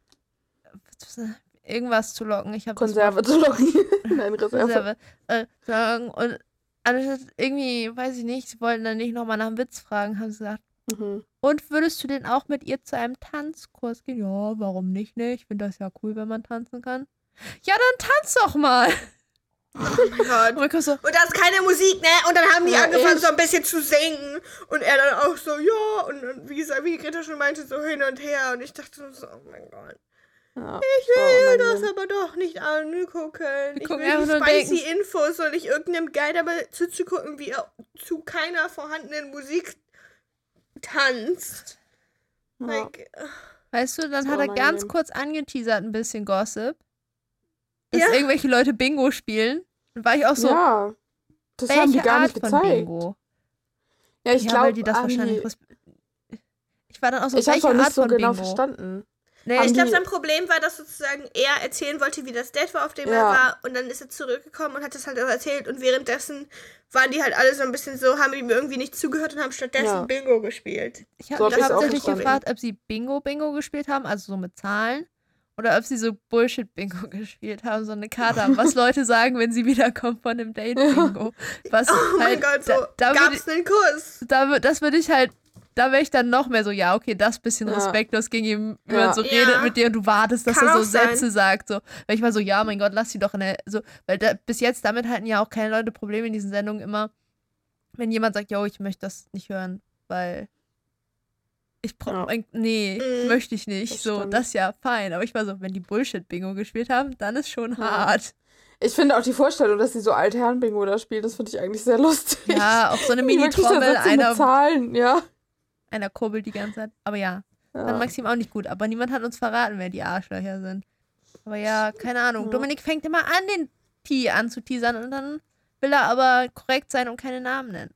Speaker 2: irgendwas zu locken.
Speaker 4: Konserve zu locken. Nein, Reserve.
Speaker 2: Und anstatt irgendwie, weiß ich nicht, sie wollten dann nicht nochmal nach dem Witz fragen, haben sie gesagt, und würdest du denn auch mit ihr zu einem Tanzkurs gehen? Ja, warum nicht, ne? Ich finde das ja cool, wenn man tanzen kann. Ja, dann tanz doch mal!
Speaker 1: Oh mein Gott. Und da ist keine Musik, ne? Und dann haben die angefangen, so ein bisschen zu singen. Und er dann auch so, ja. Und dann, wie Greta schon meinte, so hin und her. Und ich dachte so, oh mein Gott. Ja, ich will das aber doch nicht angucken. Ich will die spicy Infos und nicht irgendeinem Guy dabei zuzugucken, wie er zu keiner vorhandenen Musik tanzt.
Speaker 4: Ja.
Speaker 1: Like,
Speaker 2: weißt du, dann hat er ganz kurz angeteasert, ein bisschen Gossip. Dass irgendwelche Leute Bingo spielen. Dann war ich auch so,
Speaker 4: das haben die gar nicht gezeigt.
Speaker 2: Bingo?
Speaker 4: Ja, ich glaube,
Speaker 2: die das wahrscheinlich. Ich war dann auch so,
Speaker 4: ich habe auch nicht so genau
Speaker 2: Bingo?
Speaker 4: Verstanden.
Speaker 1: Nee, ich glaube, sein Problem war, dass sozusagen er erzählen wollte, wie das Date war, auf dem er war. Und dann ist er zurückgekommen und hat das halt auch erzählt. Und währenddessen waren die halt alle so ein bisschen so, haben ihm irgendwie nicht zugehört und haben stattdessen Bingo gespielt.
Speaker 2: Ich habe hauptsächlich gefragt, ob sie Bingo gespielt haben, also so mit Zahlen. Oder ob sie so Bullshit-Bingo gespielt haben, so eine Karte haben, was Leute sagen, wenn sie wiederkommen von einem Date-Bingo.
Speaker 1: Mein Gott, so gab's einen Kuss.
Speaker 2: Das würde ich halt, da wäre ich dann noch mehr so, ja, okay, das bisschen respektlos gegen ihm, wenn man so redet mit dir und du wartest, dass er so Sätze sagt. So. Weil ich war so, ja, mein Gott, lass sie doch weil bis jetzt damit hatten ja auch keine Leute Probleme in diesen Sendungen immer, wenn jemand sagt, yo, ich möchte das nicht hören, weil möchte ich nicht. Das ist ja fein. Aber ich war so, wenn die Bullshit-Bingo gespielt haben, dann ist schon hart.
Speaker 4: Ich finde auch die Vorstellung, dass sie so Altherren-Bingo da spielen, das finde ich eigentlich sehr lustig.
Speaker 2: Ja, auch so eine Mini-Trommel, einer kurbelt die ganze Zeit. Aber fand Maxim auch nicht gut. Aber niemand hat uns verraten, wer die Arschlöcher sind. Aber ja, keine Ahnung. Dominik fängt immer an, den Tee anzuteasern und dann will er aber korrekt sein und keine Namen nennen.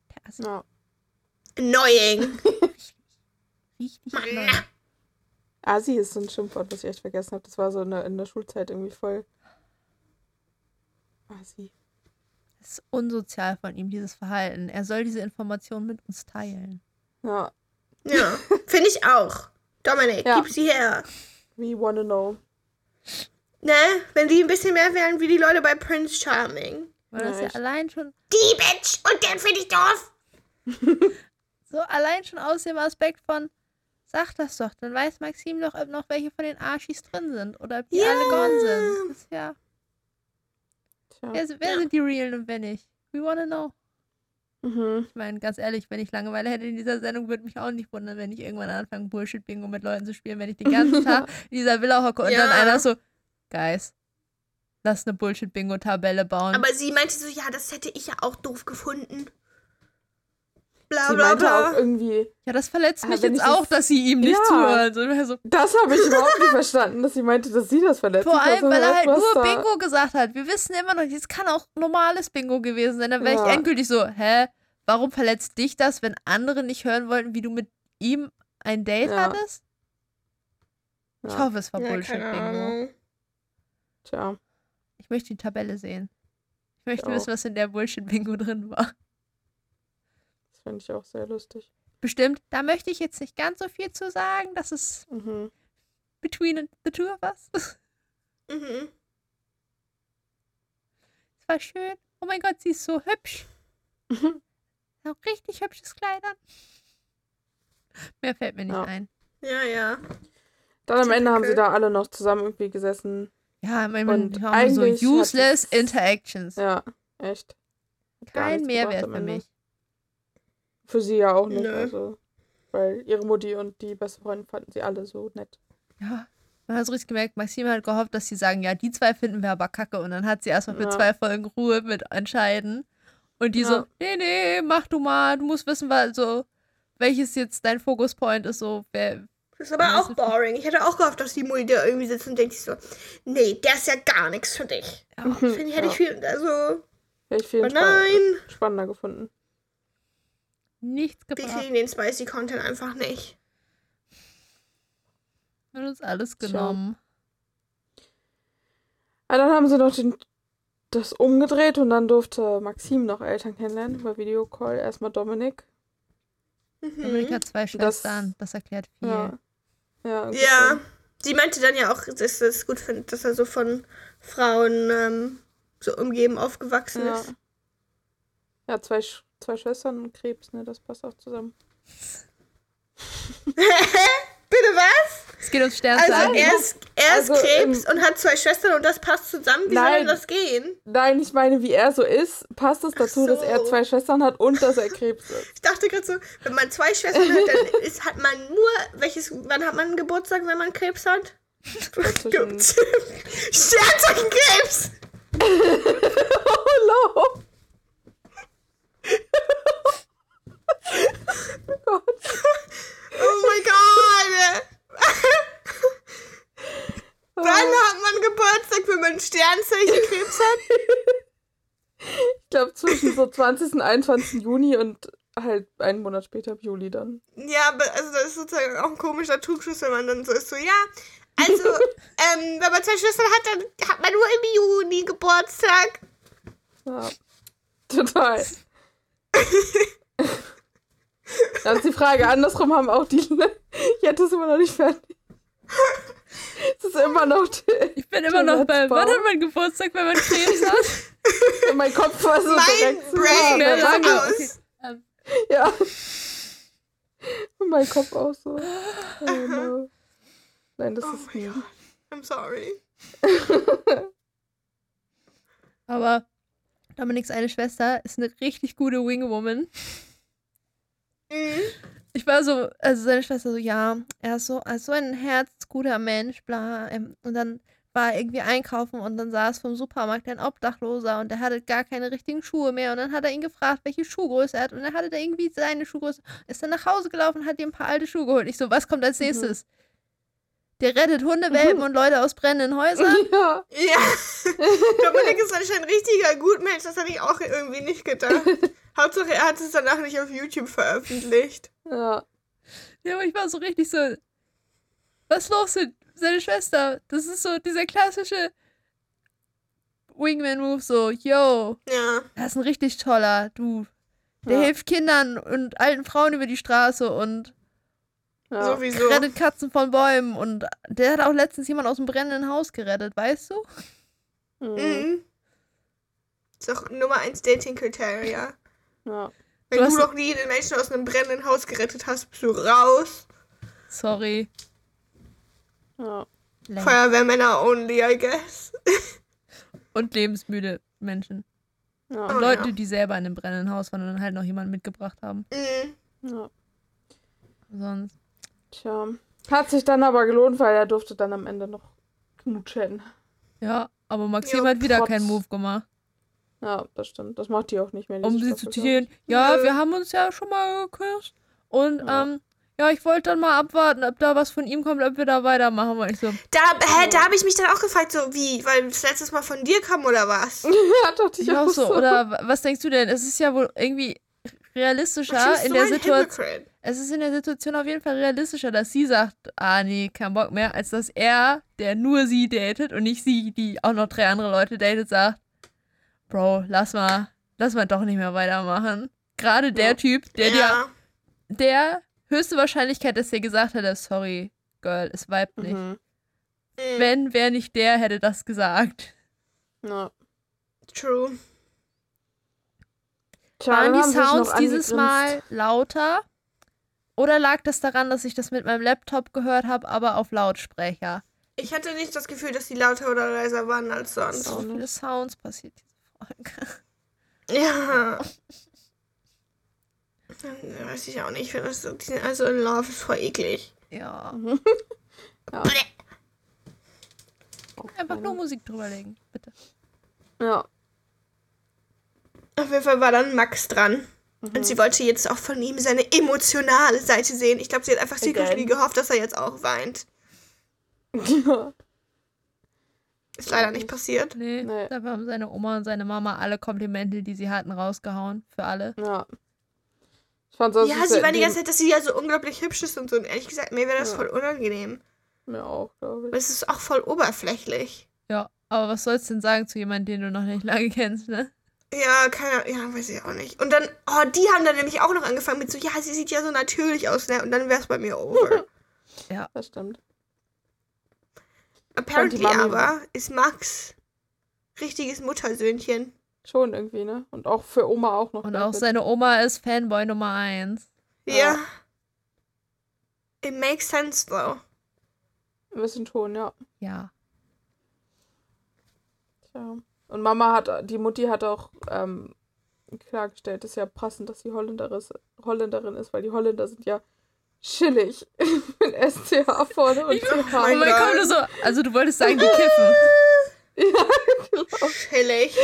Speaker 1: Annoying.
Speaker 2: Richtig neu.
Speaker 4: Asi ist so ein Schimpfwort, was ich echt vergessen habe. Das war so in der Schulzeit irgendwie voll. Asi.
Speaker 2: Das ist unsozial von ihm, dieses Verhalten. Er soll diese Informationen mit uns teilen.
Speaker 4: Ja.
Speaker 1: Ja, finde ich auch. Dominik, gib sie her.
Speaker 4: We wanna know.
Speaker 1: Ne, wenn die ein bisschen mehr wären wie die Leute bei Prince Charming.
Speaker 2: Weil das ja allein schon...
Speaker 1: Die Bitch! Und den finde ich doof!
Speaker 2: So allein schon aus dem Aspekt von, sag das doch, dann weiß Maxim doch, ob noch welche von den Arschis drin sind oder ob die alle gone sind. Das ist ja... Wer sind die Realen und wer nicht? We wanna know. Ich meine, ganz ehrlich, wenn ich Langeweile hätte in dieser Sendung, würde mich auch nicht wundern, wenn ich irgendwann anfange, Bullshit-Bingo mit Leuten zu spielen, wenn ich den ganzen Tag in dieser Villa hocke und dann einer so, Guys, lass eine Bullshit-Bingo-Tabelle bauen.
Speaker 1: Aber sie meinte so, ja, das hätte ich ja auch doof gefunden. Bla,
Speaker 4: sie
Speaker 1: bla, bla.
Speaker 4: meinte auch irgendwie...
Speaker 2: Ja, das verletzt mich jetzt auch, dass sie ihm nicht zuhören. So,
Speaker 4: das habe ich überhaupt nicht verstanden, dass sie meinte, dass sie das verletzt.
Speaker 2: Vor allem, weil er halt nur Bingo gesagt hat. Wir wissen immer noch nicht, es kann auch normales Bingo gewesen sein. Dann wäre ich endgültig so, warum verletzt dich das, wenn andere nicht hören wollten, wie du mit ihm ein Date hattest? Ja. Ich hoffe, es war Bullshit, Bingo.
Speaker 4: Tja.
Speaker 2: Ich möchte die Tabelle sehen. Ich möchte wissen, was in der Bullshit-Bingo drin war.
Speaker 4: Das finde ich auch sehr lustig.
Speaker 2: Bestimmt, da möchte ich jetzt nicht ganz so viel zu sagen. Das ist between the two of us. Es war schön. Oh mein Gott, sie ist so hübsch. Auch richtig hübsches Kleid an. Mehr fällt mir nicht ein.
Speaker 1: Ja.
Speaker 4: Dann am Ende haben sie da alle noch zusammen irgendwie gesessen.
Speaker 2: Ja, man haben so useless Interactions.
Speaker 4: Ja, echt.
Speaker 2: Kein Mehrwert für mich.
Speaker 4: Für sie ja auch nicht. Also, weil ihre Mutti und die beste Freundin fanden sie alle so nett.
Speaker 2: Ja, man hat so richtig gemerkt, Maxime hat gehofft, dass sie sagen, ja, die zwei finden wir aber kacke. Und dann hat sie erstmal für 2 Folgen Ruhe mit entscheiden. Und die so, nee, mach du mal. Du musst wissen, welches jetzt dein Fokuspoint ist. So,
Speaker 1: das ist aber auch boring. Ich hätte auch gehofft, dass die Mutti da irgendwie sitzt und denkt sich so, nee, der ist ja gar nichts für dich. Ja, hätte ich viel
Speaker 4: spannender gefunden.
Speaker 2: Nichts gebracht.
Speaker 1: Wir kriegen den spicy Content einfach nicht.
Speaker 2: Wird uns alles genommen.
Speaker 4: Ja, dann haben sie noch das umgedreht und dann durfte Maxim noch Eltern kennenlernen über Videocall. Erstmal Dominik.
Speaker 2: Dominik hat 2 Schwestern. Das erklärt viel.
Speaker 1: Ja. Sie meinte dann ja auch, dass er es gut findet, dass er so von Frauen so umgeben aufgewachsen ist.
Speaker 4: Ja, zwei Schwestern und Krebs, ne? Das passt auch zusammen.
Speaker 1: Bitte was?
Speaker 2: Es geht ums Sternzeichen.
Speaker 1: Also er ist Krebs und hat 2 Schwestern und das passt zusammen. Wie soll denn das gehen?
Speaker 4: Nein, ich meine, wie er so ist, passt es dazu, dass er 2 Schwestern hat und dass er Krebs ist.
Speaker 1: Ich dachte gerade so, wenn man 2 Schwestern hat, dann hat man nur, wann hat man einen Geburtstag, wenn man Krebs hat? Sternzeichen Krebs!
Speaker 4: Oh no! Oh Gott.
Speaker 1: Oh mein Gott! Wann hat man Geburtstag, wenn man Sternzeichen Krebs hat?
Speaker 4: Ich glaube zwischen so 20. und 21. Juni und halt einen Monat später im Juli dann.
Speaker 1: Ja, aber also das ist sozusagen auch ein komischer Trugschluss, wenn man dann so ist, so ja, also wenn man 2 Schwestern hat, dann hat man nur im Juni Geburtstag.
Speaker 4: Ja, total. Dann ist die Frage, andersrum haben auch die... Ich hätte es immer noch nicht fertig. Es ist immer noch...
Speaker 2: Ich bin immer noch bei... Wann hat man Geburtstag, wenn man Krebs hat?
Speaker 4: Und mein Kopf war so direkt so...
Speaker 1: Brain
Speaker 2: mehr lange.
Speaker 1: Okay.
Speaker 4: Ja. Und mein Kopf auch so. Oh no. Nein, das ist nie.
Speaker 1: I'm sorry.
Speaker 2: Aber Dominiks eine Schwester ist eine richtig gute Wingwoman. Ich war so, also seine Schwester so, ja, er ist so ein herzguter Mensch, bla. Und dann war er irgendwie einkaufen und dann saß vom Supermarkt ein Obdachloser und der hatte gar keine richtigen Schuhe mehr. Und dann hat er ihn gefragt, welche Schuhgröße er hat. Und dann hatte er irgendwie seine Schuhgröße. Ist dann nach Hause gelaufen und hat ihm ein paar alte Schuhe geholt. Ich so, was kommt als nächstes? Der rettet Hundewelpen und Leute aus brennenden Häusern?
Speaker 4: Ja.
Speaker 1: Dominik ist anscheinend ein richtiger Gutmensch. Das hatte ich auch irgendwie nicht gedacht. Hauptsache, er hat es danach nicht auf YouTube veröffentlicht.
Speaker 4: Ja.
Speaker 2: Ja, aber ich war so richtig so, was ist los mit seiner Schwester? Das ist so dieser klassische Wingman-Move, so, yo, das ist ein richtig toller, du. Der hilft Kindern und alten Frauen über die Straße und
Speaker 1: sowieso
Speaker 2: rettet Katzen von Bäumen und der hat auch letztens jemand aus dem brennenden Haus gerettet, weißt du?
Speaker 1: Mhm. Ist doch Nummer 1 Dating-Kriteria.
Speaker 4: Ja.
Speaker 1: Wenn du noch nie den Menschen aus einem brennenden Haus gerettet hast, bist du raus.
Speaker 2: Sorry.
Speaker 4: Ja.
Speaker 1: Feuerwehrmänner only, I guess.
Speaker 2: Und lebensmüde Menschen.
Speaker 4: Ja.
Speaker 2: Und Leute, die selber in einem brennenden Haus waren und dann halt noch jemanden mitgebracht haben.
Speaker 4: Ja.
Speaker 2: Sonst.
Speaker 4: Tja. Hat sich dann aber gelohnt, weil er durfte dann am Ende noch knutschen.
Speaker 2: Ja, aber Maxim hat wieder keinen Move gemacht.
Speaker 4: Ja, das stimmt. Das macht die auch nicht mehr.
Speaker 2: Um sie zu zitieren. Ja, wir haben uns ja schon mal geküsst. Und, ja, ich wollte dann mal abwarten, ob da was von ihm kommt, ob wir da weitermachen. Und ich so,
Speaker 1: da habe ich mich dann auch gefragt, so wie, weil das letztes Mal von dir kam oder was?
Speaker 4: Ja, dachte ich auch so.
Speaker 2: Oder was denkst du denn? Es ist ja wohl irgendwie realistischer in der Situation. Es ist in der Situation auf jeden Fall realistischer, dass sie sagt, nee, kein Bock mehr, als dass er, der nur sie datet und nicht sie, die auch noch 3 andere Leute datet, sagt, Bro, lass mal doch nicht mehr weitermachen. Gerade der Typ, der höchste Wahrscheinlichkeit, dass er gesagt hätte, sorry, Girl, es vibet nicht. Wäre nicht der, hätte das gesagt.
Speaker 4: Ja.
Speaker 1: True.
Speaker 2: Waren die Sounds dieses Mal lauter? Oder lag das daran, dass ich das mit meinem Laptop gehört habe, aber auf Lautsprecher?
Speaker 1: Ich hatte nicht das Gefühl, dass die lauter oder leiser waren als sonst.
Speaker 2: So viele Sounds passiert diese Folge.
Speaker 1: Ja. Weiß ich auch nicht. Ich finde das die sind also in Love ist voll eklig.
Speaker 2: Ja.
Speaker 4: Ja.
Speaker 2: Einfach nur Musik drüberlegen, bitte.
Speaker 4: Ja.
Speaker 1: Auf jeden Fall war dann Max dran. Und sie wollte jetzt auch von ihm seine emotionale Seite sehen. Ich glaube, sie hat einfach secretly gehofft, dass er jetzt auch weint.
Speaker 4: Ja.
Speaker 1: Ist leider nicht passiert.
Speaker 2: Nee. Da haben seine Oma und seine Mama alle Komplimente, die sie hatten, rausgehauen. Für alle.
Speaker 4: Ja. Ich fand so,
Speaker 1: ja, sie war die ganze Zeit, dass sie ja so unglaublich hübsch ist und so. Und ehrlich gesagt, mir wäre das voll unangenehm.
Speaker 4: Mir auch, glaube ich.
Speaker 1: Aber es ist auch voll oberflächlich.
Speaker 2: Ja, aber was sollst du denn sagen zu jemandem, den du noch nicht lange kennst, ne?
Speaker 1: Ja, weiß ich auch nicht. Und dann, die haben dann nämlich auch noch angefangen mit so, ja, sie sieht ja so natürlich aus, ne? Und dann wär's bei mir over.
Speaker 2: Ja.
Speaker 4: Das stimmt.
Speaker 1: Apparently aber ist Max richtiges Muttersöhnchen.
Speaker 4: Schon irgendwie, ne? Und auch für Oma auch noch.
Speaker 2: Und auch seine Oma ist Fanboy Nummer 1.
Speaker 1: Ja. It makes sense, though.
Speaker 4: Ein bisschen schon, ja.
Speaker 2: Ja.
Speaker 4: Tja. Und die Mutti hat auch klargestellt, ist ja passend, dass sie Holländerin ist, weil die Holländer sind ja chillig mit SCH vorne und CH.
Speaker 2: Und dann kommt nur so, also du wolltest sagen, die kiffen.
Speaker 4: Ja, genau.
Speaker 1: Chillig.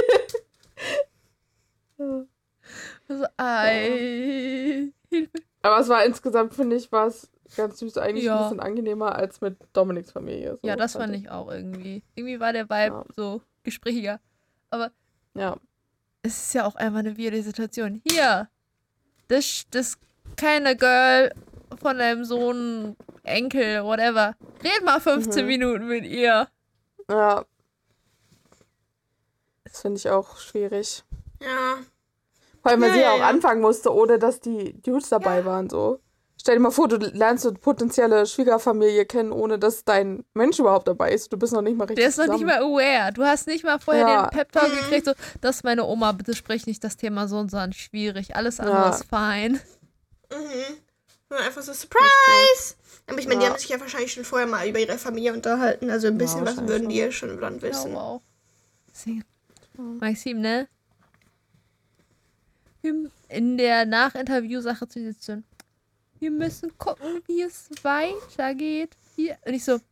Speaker 2: Also, Hilfe.
Speaker 4: Aber es war insgesamt, finde ich, war es ganz süß, eigentlich ein bisschen angenehmer als mit Dominiks Familie. So,
Speaker 2: ja, das fand ich auch irgendwie. Irgendwie war der Vibe so gesprächiger. Aber es ist ja auch einfach eine weirde Situation. Hier, das keine Girl von deinem Sohn, Enkel, whatever. Red mal 15 Minuten mit ihr.
Speaker 4: Ja. Das finde ich auch schwierig.
Speaker 1: Ja.
Speaker 4: Vor allem, weil sie ja auch anfangen musste, ohne dass die Dudes dabei waren, so. Stell dir mal vor, du lernst eine potenzielle Schwiegerfamilie kennen, ohne dass dein Mensch überhaupt dabei ist. Du bist noch nicht mal richtig
Speaker 2: zusammen. Der ist noch nicht mal aware. Du hast nicht mal vorher den Pep-Talk gekriegt, so, das ist meine Oma, bitte sprich nicht das Thema so und so an, schwierig. Alles andere ist fein.
Speaker 1: Und einfach so, Surprise! Aber ich meine, die haben sich ja wahrscheinlich schon vorher mal über ihre Familie unterhalten. Also ein bisschen was würden die ja schon dann wissen.
Speaker 2: Ja, wow. Maxim, ne? In der Nachinterview-Sache zu sitzen. Wir müssen gucken, wie es weitergeht. Hier. Und ich so,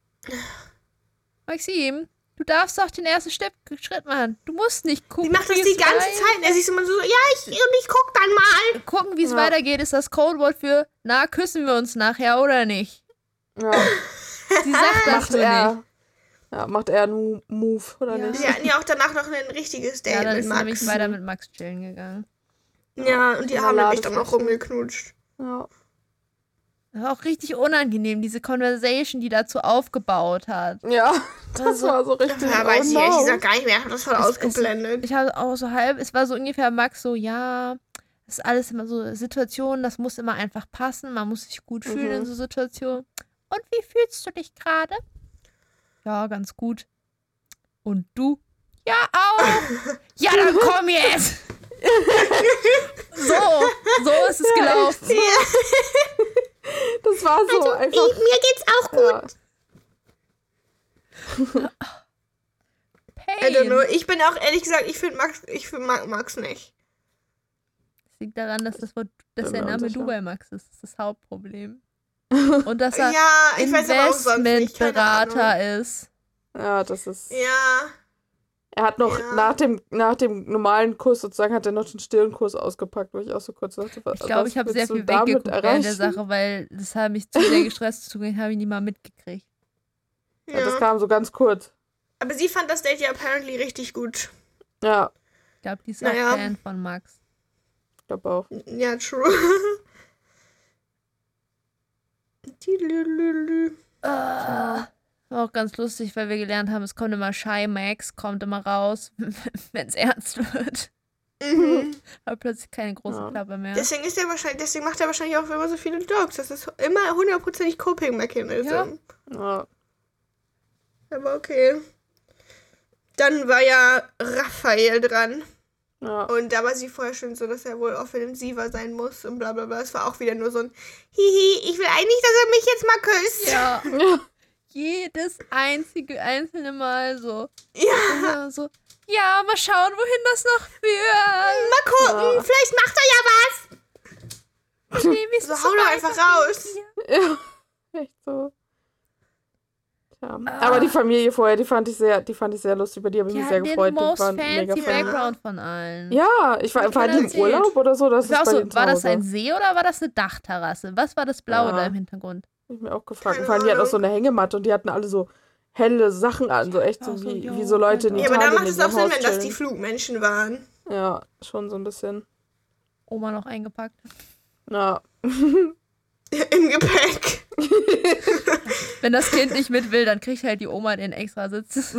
Speaker 2: Maxim, du darfst doch den ersten Schritt machen. Du musst nicht gucken.
Speaker 1: Die macht das die ganze Zeit. Er ist immer so, ich guck dann mal.
Speaker 2: Gucken, wie es weitergeht, ist das Codewort für, küssen wir uns nachher oder nicht?
Speaker 4: Ja.
Speaker 2: Sie sagt das nur nicht.
Speaker 4: Ja, macht er einen Move, oder nicht?
Speaker 1: Sie hatten ja auch danach noch ein richtiges Date
Speaker 2: dann
Speaker 1: mit
Speaker 2: ist
Speaker 1: Max.
Speaker 2: nämlich weiter mit Max chillen gegangen.
Speaker 1: Ja, und die haben nämlich dann noch rumgeknutscht.
Speaker 4: Ja.
Speaker 2: Das war auch richtig unangenehm, diese Conversation, die dazu aufgebaut hat.
Speaker 4: Ja, das war so richtig.
Speaker 1: Ja, weiß ich ehrlich gesagt gar nicht mehr. Ich habe das voll ausgeblendet.
Speaker 2: Ich habe auch so halb, es war so ungefähr Max so, das ist alles immer so Situationen, das muss immer einfach passen, man muss sich gut fühlen in so Situationen. Und wie fühlst du dich gerade? Ja, ganz gut. Und du? Ja, auch. Ja, dann komm jetzt. So ist es gelaufen.
Speaker 4: Das war so
Speaker 1: also,
Speaker 4: einfach.
Speaker 1: Mir geht's auch gut.
Speaker 2: Ja.
Speaker 1: I don't know. Ich bin auch ehrlich gesagt, ich finde Max nicht.
Speaker 2: Das liegt daran, dass der Name Dubai Max ist. Das ist das Hauptproblem. Und dass er Investmentberater ist.
Speaker 4: Ja, das ist.
Speaker 1: Ja.
Speaker 4: Er hat noch nach dem normalen Kurs sozusagen, hat er noch den stillen Kurs ausgepackt, wo ich auch so kurz dachte,
Speaker 2: ich glaube, ich habe sehr viel weggeguckt während der Sache, weil das hat mich zu sehr gestresst, zugehen habe ich nie mal mitgekriegt.
Speaker 4: Ja, das kam so ganz kurz.
Speaker 1: Aber sie fand das Date ja apparently richtig gut.
Speaker 4: Ja.
Speaker 2: Ich glaube, die ist auch Fan von Max.
Speaker 4: glaube auch.
Speaker 1: Ja, true.
Speaker 2: War auch ganz lustig, weil wir gelernt haben, es kommt immer Shy Max, kommt immer raus, wenn es ernst wird. Aber plötzlich keine große Klappe mehr.
Speaker 1: Deswegen macht er wahrscheinlich auch immer so viele Dogs. Das ist immer 100%ig Coping-Mechanism.
Speaker 4: Ja.
Speaker 1: Aber okay. Dann war ja Raphael dran.
Speaker 4: Ja.
Speaker 1: Und da war sie vorher schon so, dass er wohl offensiver sein muss und bla bla bla. Es war auch wieder nur so ein Hihi, ich will eigentlich, dass er mich jetzt mal küsst.
Speaker 2: Ja. Jedes einzelne Mal so.
Speaker 1: Ja.
Speaker 2: So, ja, mal schauen, wohin das noch führt.
Speaker 1: Mal gucken, vielleicht macht er ja was.
Speaker 2: Nee, wie ist
Speaker 1: So,
Speaker 2: das
Speaker 1: hau doch einfach raus.
Speaker 4: Ja, echt so. Tja. Aber die Familie vorher, die fand ich sehr lustig. Über die habe ich mich sehr gefreut.
Speaker 2: Die
Speaker 4: waren mega
Speaker 2: fancy
Speaker 4: Fan.
Speaker 2: Background von allen.
Speaker 4: Ja, war die im Urlaub oder so? Das
Speaker 2: war,
Speaker 4: ist
Speaker 2: so, war das ein See oder war das eine Dachterrasse? Was war das Blaue da im Hintergrund?
Speaker 4: Hab ich mir auch gefragt. Und vor allem, die hatten auch so eine Hängematte und die hatten alle so helle Sachen an. So echt so wie so Leute in Italien.
Speaker 1: Ja, aber dann macht es auch Sinn,
Speaker 4: Haus
Speaker 1: wenn das
Speaker 4: chillen.
Speaker 1: die Flugmenschen waren.
Speaker 4: Ja, schon so ein bisschen.
Speaker 2: Oma noch eingepackt.
Speaker 4: Ja.
Speaker 1: Im Gepäck.
Speaker 2: Wenn das Kind nicht mit will, dann kriegt halt die Oma den extra Sitz.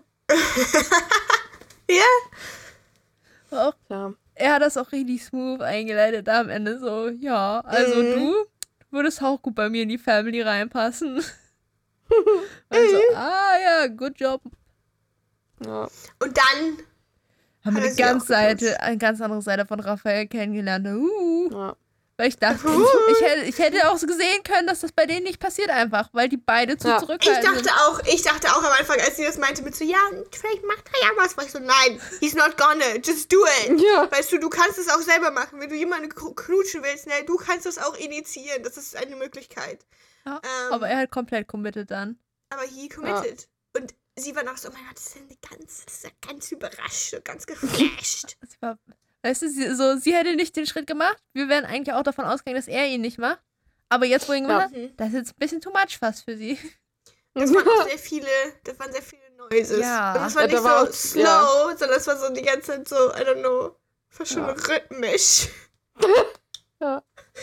Speaker 1: Ja.
Speaker 2: Auch,
Speaker 4: Ja.
Speaker 2: er hat das auch richtig smooth eingeleitet da am Ende so, ja, also du würdest auch gut bei mir in die Family reinpassen. Also, ja, good job.
Speaker 4: Ja.
Speaker 1: Und dann
Speaker 2: Haben wir
Speaker 1: Hat er
Speaker 2: die
Speaker 1: sie auch
Speaker 2: eine ganz andere Seite von Raphael kennengelernt.
Speaker 4: Ja.
Speaker 2: Weil ich dachte, ich hätte auch so gesehen können, dass das bei denen nicht passiert einfach, weil die beide zu zurückhaltend sind.
Speaker 1: Ich dachte auch am Anfang, als sie das meinte, mit so, ja, vielleicht macht er ja was, war ich so, nein, he's not gonna, just do it.
Speaker 4: Ja.
Speaker 1: Weißt du kannst es auch selber machen, wenn du jemanden knutschen willst, ne, du kannst es auch initiieren, das ist eine Möglichkeit.
Speaker 2: Ja, aber er hat komplett committed dann.
Speaker 1: Aber he committed. Ja. Und sie war noch so, oh mein Gott, das ist ganz überrascht, so ganz geflasht.
Speaker 2: Sie war, weißt du, sie hätte nicht den Schritt gemacht. Wir wären eigentlich auch davon ausgegangen, dass er ihn nicht macht. Aber jetzt, wo er ihn gemacht hat, das ist jetzt ein bisschen too much fast für sie.
Speaker 1: Das waren auch sehr viele Noises.
Speaker 2: Ja.
Speaker 1: Und das war nicht so slow, sondern es war so die ganze Zeit so, I don't know, fast schon rhythmisch.
Speaker 4: Ja.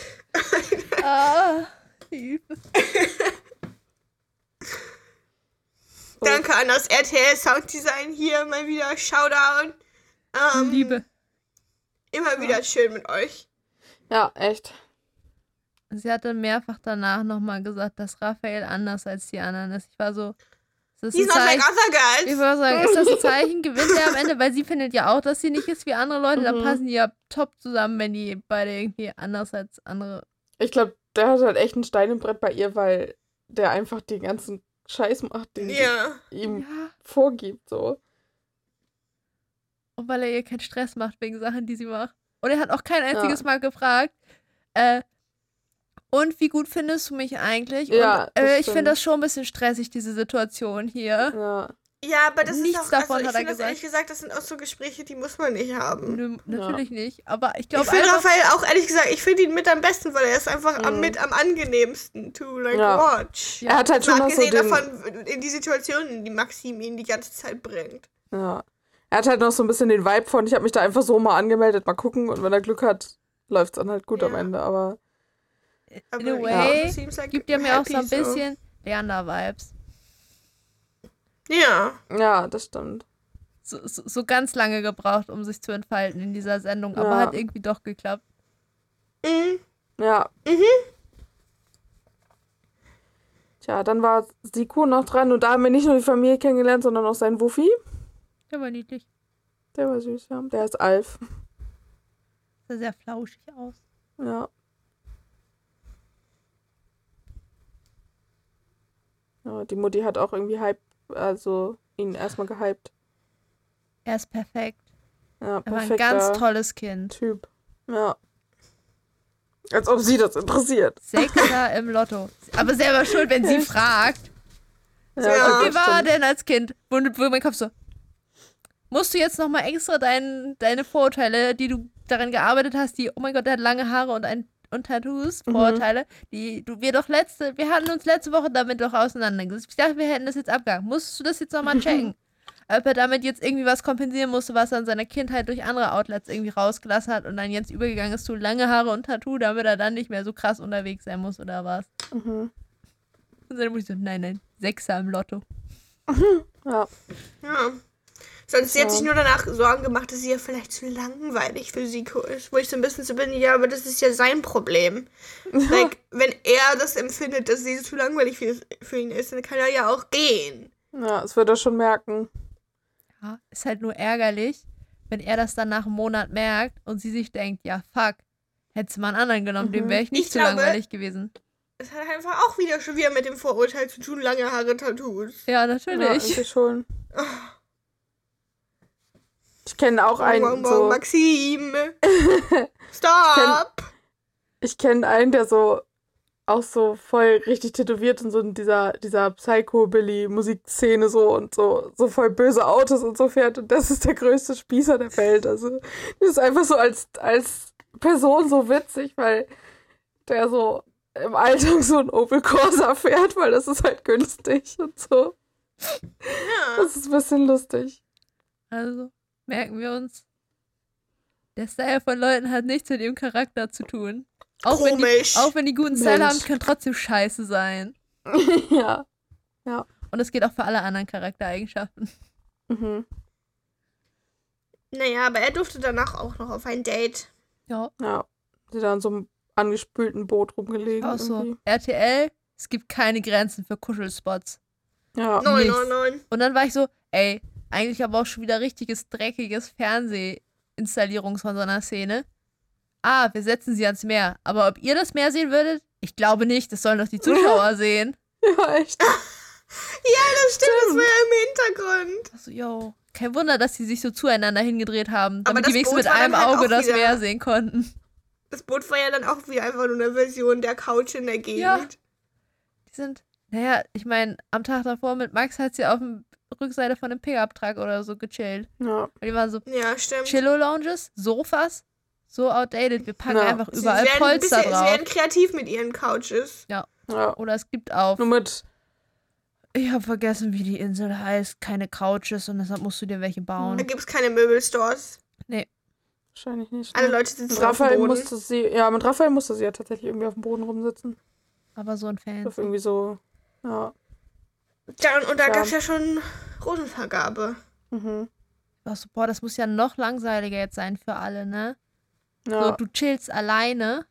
Speaker 1: Danke an das RTL Sounddesign hier mal wieder. Shoutout.
Speaker 2: Liebe.
Speaker 1: Immer wieder schön mit euch.
Speaker 4: Ja, echt.
Speaker 2: Sie hatte mehrfach danach nochmal gesagt, dass Raphael anders als die anderen ist. Ich war so, ist das ein Zeichen? Ich würde sagen, ist das ein Zeichen? Gewinnt er am Ende? Weil sie findet ja auch, dass sie nicht ist wie andere Leute. Dann passen die ja top zusammen, wenn die beide irgendwie anders als andere.
Speaker 4: Ich glaube, der hat halt echt ein Stein im Brett bei ihr, weil der einfach den ganzen Scheiß macht, den sie ihm vorgibt, so.
Speaker 2: Und weil er ihr keinen Stress macht wegen Sachen, die sie macht. Und er hat auch kein einziges Mal gefragt, und wie gut findest du mich eigentlich?
Speaker 4: Ja,
Speaker 2: und ich finde das schon ein bisschen stressig, diese Situation hier.
Speaker 1: Ja, aber das
Speaker 2: Nichts
Speaker 1: ist auch,
Speaker 2: davon hat er gesagt.
Speaker 1: Ehrlich gesagt, das sind auch so Gespräche, die muss man nicht haben.
Speaker 2: Nö, natürlich nicht, aber ich glaube
Speaker 1: Ich finde Raphael auch, ehrlich gesagt, ich finde ihn mit am besten, weil er ist einfach mit am angenehmsten to watch.
Speaker 4: Ja. Er hat halt schon noch so
Speaker 1: davon, in die Situationen, die Maxim ihn die ganze Zeit bringt.
Speaker 4: Ja. Er hat halt noch so ein bisschen den Vibe von, ich habe mich da einfach so mal angemeldet, mal gucken, und wenn er Glück hat, läuft's dann halt gut am Ende, aber
Speaker 2: in a way gibt er mir auch so ein bisschen Leander-Vibes.
Speaker 1: Ja.
Speaker 4: Ja, das stimmt.
Speaker 2: So ganz lange gebraucht, um sich zu entfalten in dieser Sendung, aber hat irgendwie doch geklappt.
Speaker 4: Ja. Tja, dann war Siko noch dran und da haben wir nicht nur die Familie kennengelernt, sondern auch seinen Wuffi.
Speaker 2: Der war niedlich.
Speaker 4: Der war süß, ja. Der ist Alf.
Speaker 2: Sah sehr flauschig aus.
Speaker 4: Ja. Ja, die Mutti hat auch irgendwie ihn erstmal gehypt.
Speaker 2: Er ist perfekt.
Speaker 4: Ja,
Speaker 2: er war ein ganz tolles Kind.
Speaker 4: Typ. Ja. Als ob sie das interessiert.
Speaker 2: Sechster im Lotto. Aber selber schuld, wenn sie fragt.
Speaker 4: Ja,
Speaker 2: wie war er denn als Kind? Wo mein Kopf so, musst du jetzt nochmal extra deine Vorurteile, die du daran gearbeitet hast, oh mein Gott, der hat lange Haare und Tattoos, Vorurteile, wir hatten uns letzte Woche damit doch auseinandergesetzt. Ich dachte, wir hätten das jetzt abgegangen. Musstest du das jetzt nochmal checken? ob er damit jetzt irgendwie was kompensieren musste, was er in seiner Kindheit durch andere Outlets irgendwie rausgelassen hat und dann jetzt übergegangen ist zu lange Haare und Tattoo, damit er dann nicht mehr so krass unterwegs sein muss oder was. Und dann muss ich so, nein, Sechser im Lotto.
Speaker 1: Ja. Sonst sie hat sich nur danach Sorgen gemacht, dass sie ja vielleicht zu langweilig für Zico ist. Wo ich so ein bisschen so bin, ja, aber das ist ja sein Problem. Like, wenn er das empfindet, dass sie zu langweilig für ihn ist, dann kann er ja auch gehen.
Speaker 4: Ja, das wird er schon merken.
Speaker 2: Ja, ist halt nur ärgerlich, wenn er das dann nach einem Monat merkt und sie sich denkt, ja, fuck, hättest du mal einen anderen genommen, dem wäre ich nicht zu langweilig gewesen.
Speaker 1: Es hat einfach auch schon wieder mit dem Vorurteil zu tun, lange Haare, Tattoos.
Speaker 2: Ja, natürlich.
Speaker 4: Ja, irgendwie schon. Ich kenne auch einen so...
Speaker 1: Maxim! Stop!
Speaker 4: Ich kenne einen, der so auch so voll richtig tätowiert und so in dieser Psycho-Billy-Musikszene so und so voll böse Autos und so fährt und das ist der größte Spießer der Welt. Also das ist einfach so als Person so witzig, weil der so im Alltag so ein Opel Corsa fährt, weil das ist halt günstig und so. Ja. Das ist ein bisschen lustig.
Speaker 2: Also, merken wir uns, der Style von Leuten hat nichts mit ihrem Charakter zu tun. Auch wenn die guten Style haben, können trotzdem scheiße sein.
Speaker 4: Ja.
Speaker 2: Und das geht auch für alle anderen Charaktereigenschaften.
Speaker 1: Naja, aber er durfte danach auch noch auf ein Date.
Speaker 2: Ja.
Speaker 4: Sie da in so einem angespülten Boot rumgelegen.
Speaker 2: Auch so. RTL, es gibt keine Grenzen für Kuschelspots.
Speaker 4: Ja.
Speaker 1: Nein.
Speaker 2: Und dann war ich so, ey, eigentlich aber auch schon wieder richtiges, dreckiges Fernsehinstallierungs von so einer Szene. Wir setzen sie ans Meer. Aber ob ihr das Meer sehen würdet? Ich glaube nicht. Das sollen doch die Zuschauer sehen.
Speaker 4: Ja, echt.
Speaker 1: Ja, das stimmt. Das war ja im Hintergrund.
Speaker 2: Also, yo. Kein Wunder, dass sie sich so zueinander hingedreht haben, damit die wenigstens mit
Speaker 1: Boot war
Speaker 2: einem
Speaker 1: dann halt
Speaker 2: Auge
Speaker 1: auch
Speaker 2: das
Speaker 1: wieder-
Speaker 2: Meer sehen konnten.
Speaker 1: Das Boot war ja dann auch wieder einfach nur eine Version der Couch in der Gegend.
Speaker 2: Ja. Die sind, ich meine, am Tag davor mit Max hat sie auf der Rückseite von einem Pickup-Truck oder so gechillt.
Speaker 4: Ja.
Speaker 2: Und die waren so,
Speaker 1: Ja, stimmt.
Speaker 2: Chillo-Lounges, Sofas, so outdated. Wir packen einfach
Speaker 1: Sie
Speaker 2: überall Polster
Speaker 1: Sie
Speaker 2: drauf.
Speaker 1: werden kreativ mit ihren Couches.
Speaker 2: Ja.
Speaker 4: Ja.
Speaker 2: Oder es gibt auch,
Speaker 4: Nur mit...
Speaker 2: ich habe vergessen, wie die Insel heißt, keine Couches und deshalb musst du dir welche bauen.
Speaker 1: Da gibt es keine Möbelstores.
Speaker 2: Nee.
Speaker 4: Wahrscheinlich nicht.
Speaker 1: Alle
Speaker 4: Ne?
Speaker 1: Leute sitzen
Speaker 4: Mit
Speaker 1: auf dem
Speaker 4: Raphael
Speaker 1: Boden.
Speaker 4: mit Raphael musste sie ja tatsächlich irgendwie auf dem Boden rumsitzen.
Speaker 2: Aber so ein Fan.
Speaker 4: Auf irgendwie so... Ja.
Speaker 1: Ja, und da
Speaker 4: Ja.
Speaker 1: gab es ja schon Rosenvergabe.
Speaker 2: War so, boah, das muss ja noch langweiliger jetzt sein für alle, ne?
Speaker 4: Ja.
Speaker 2: So, du chillst alleine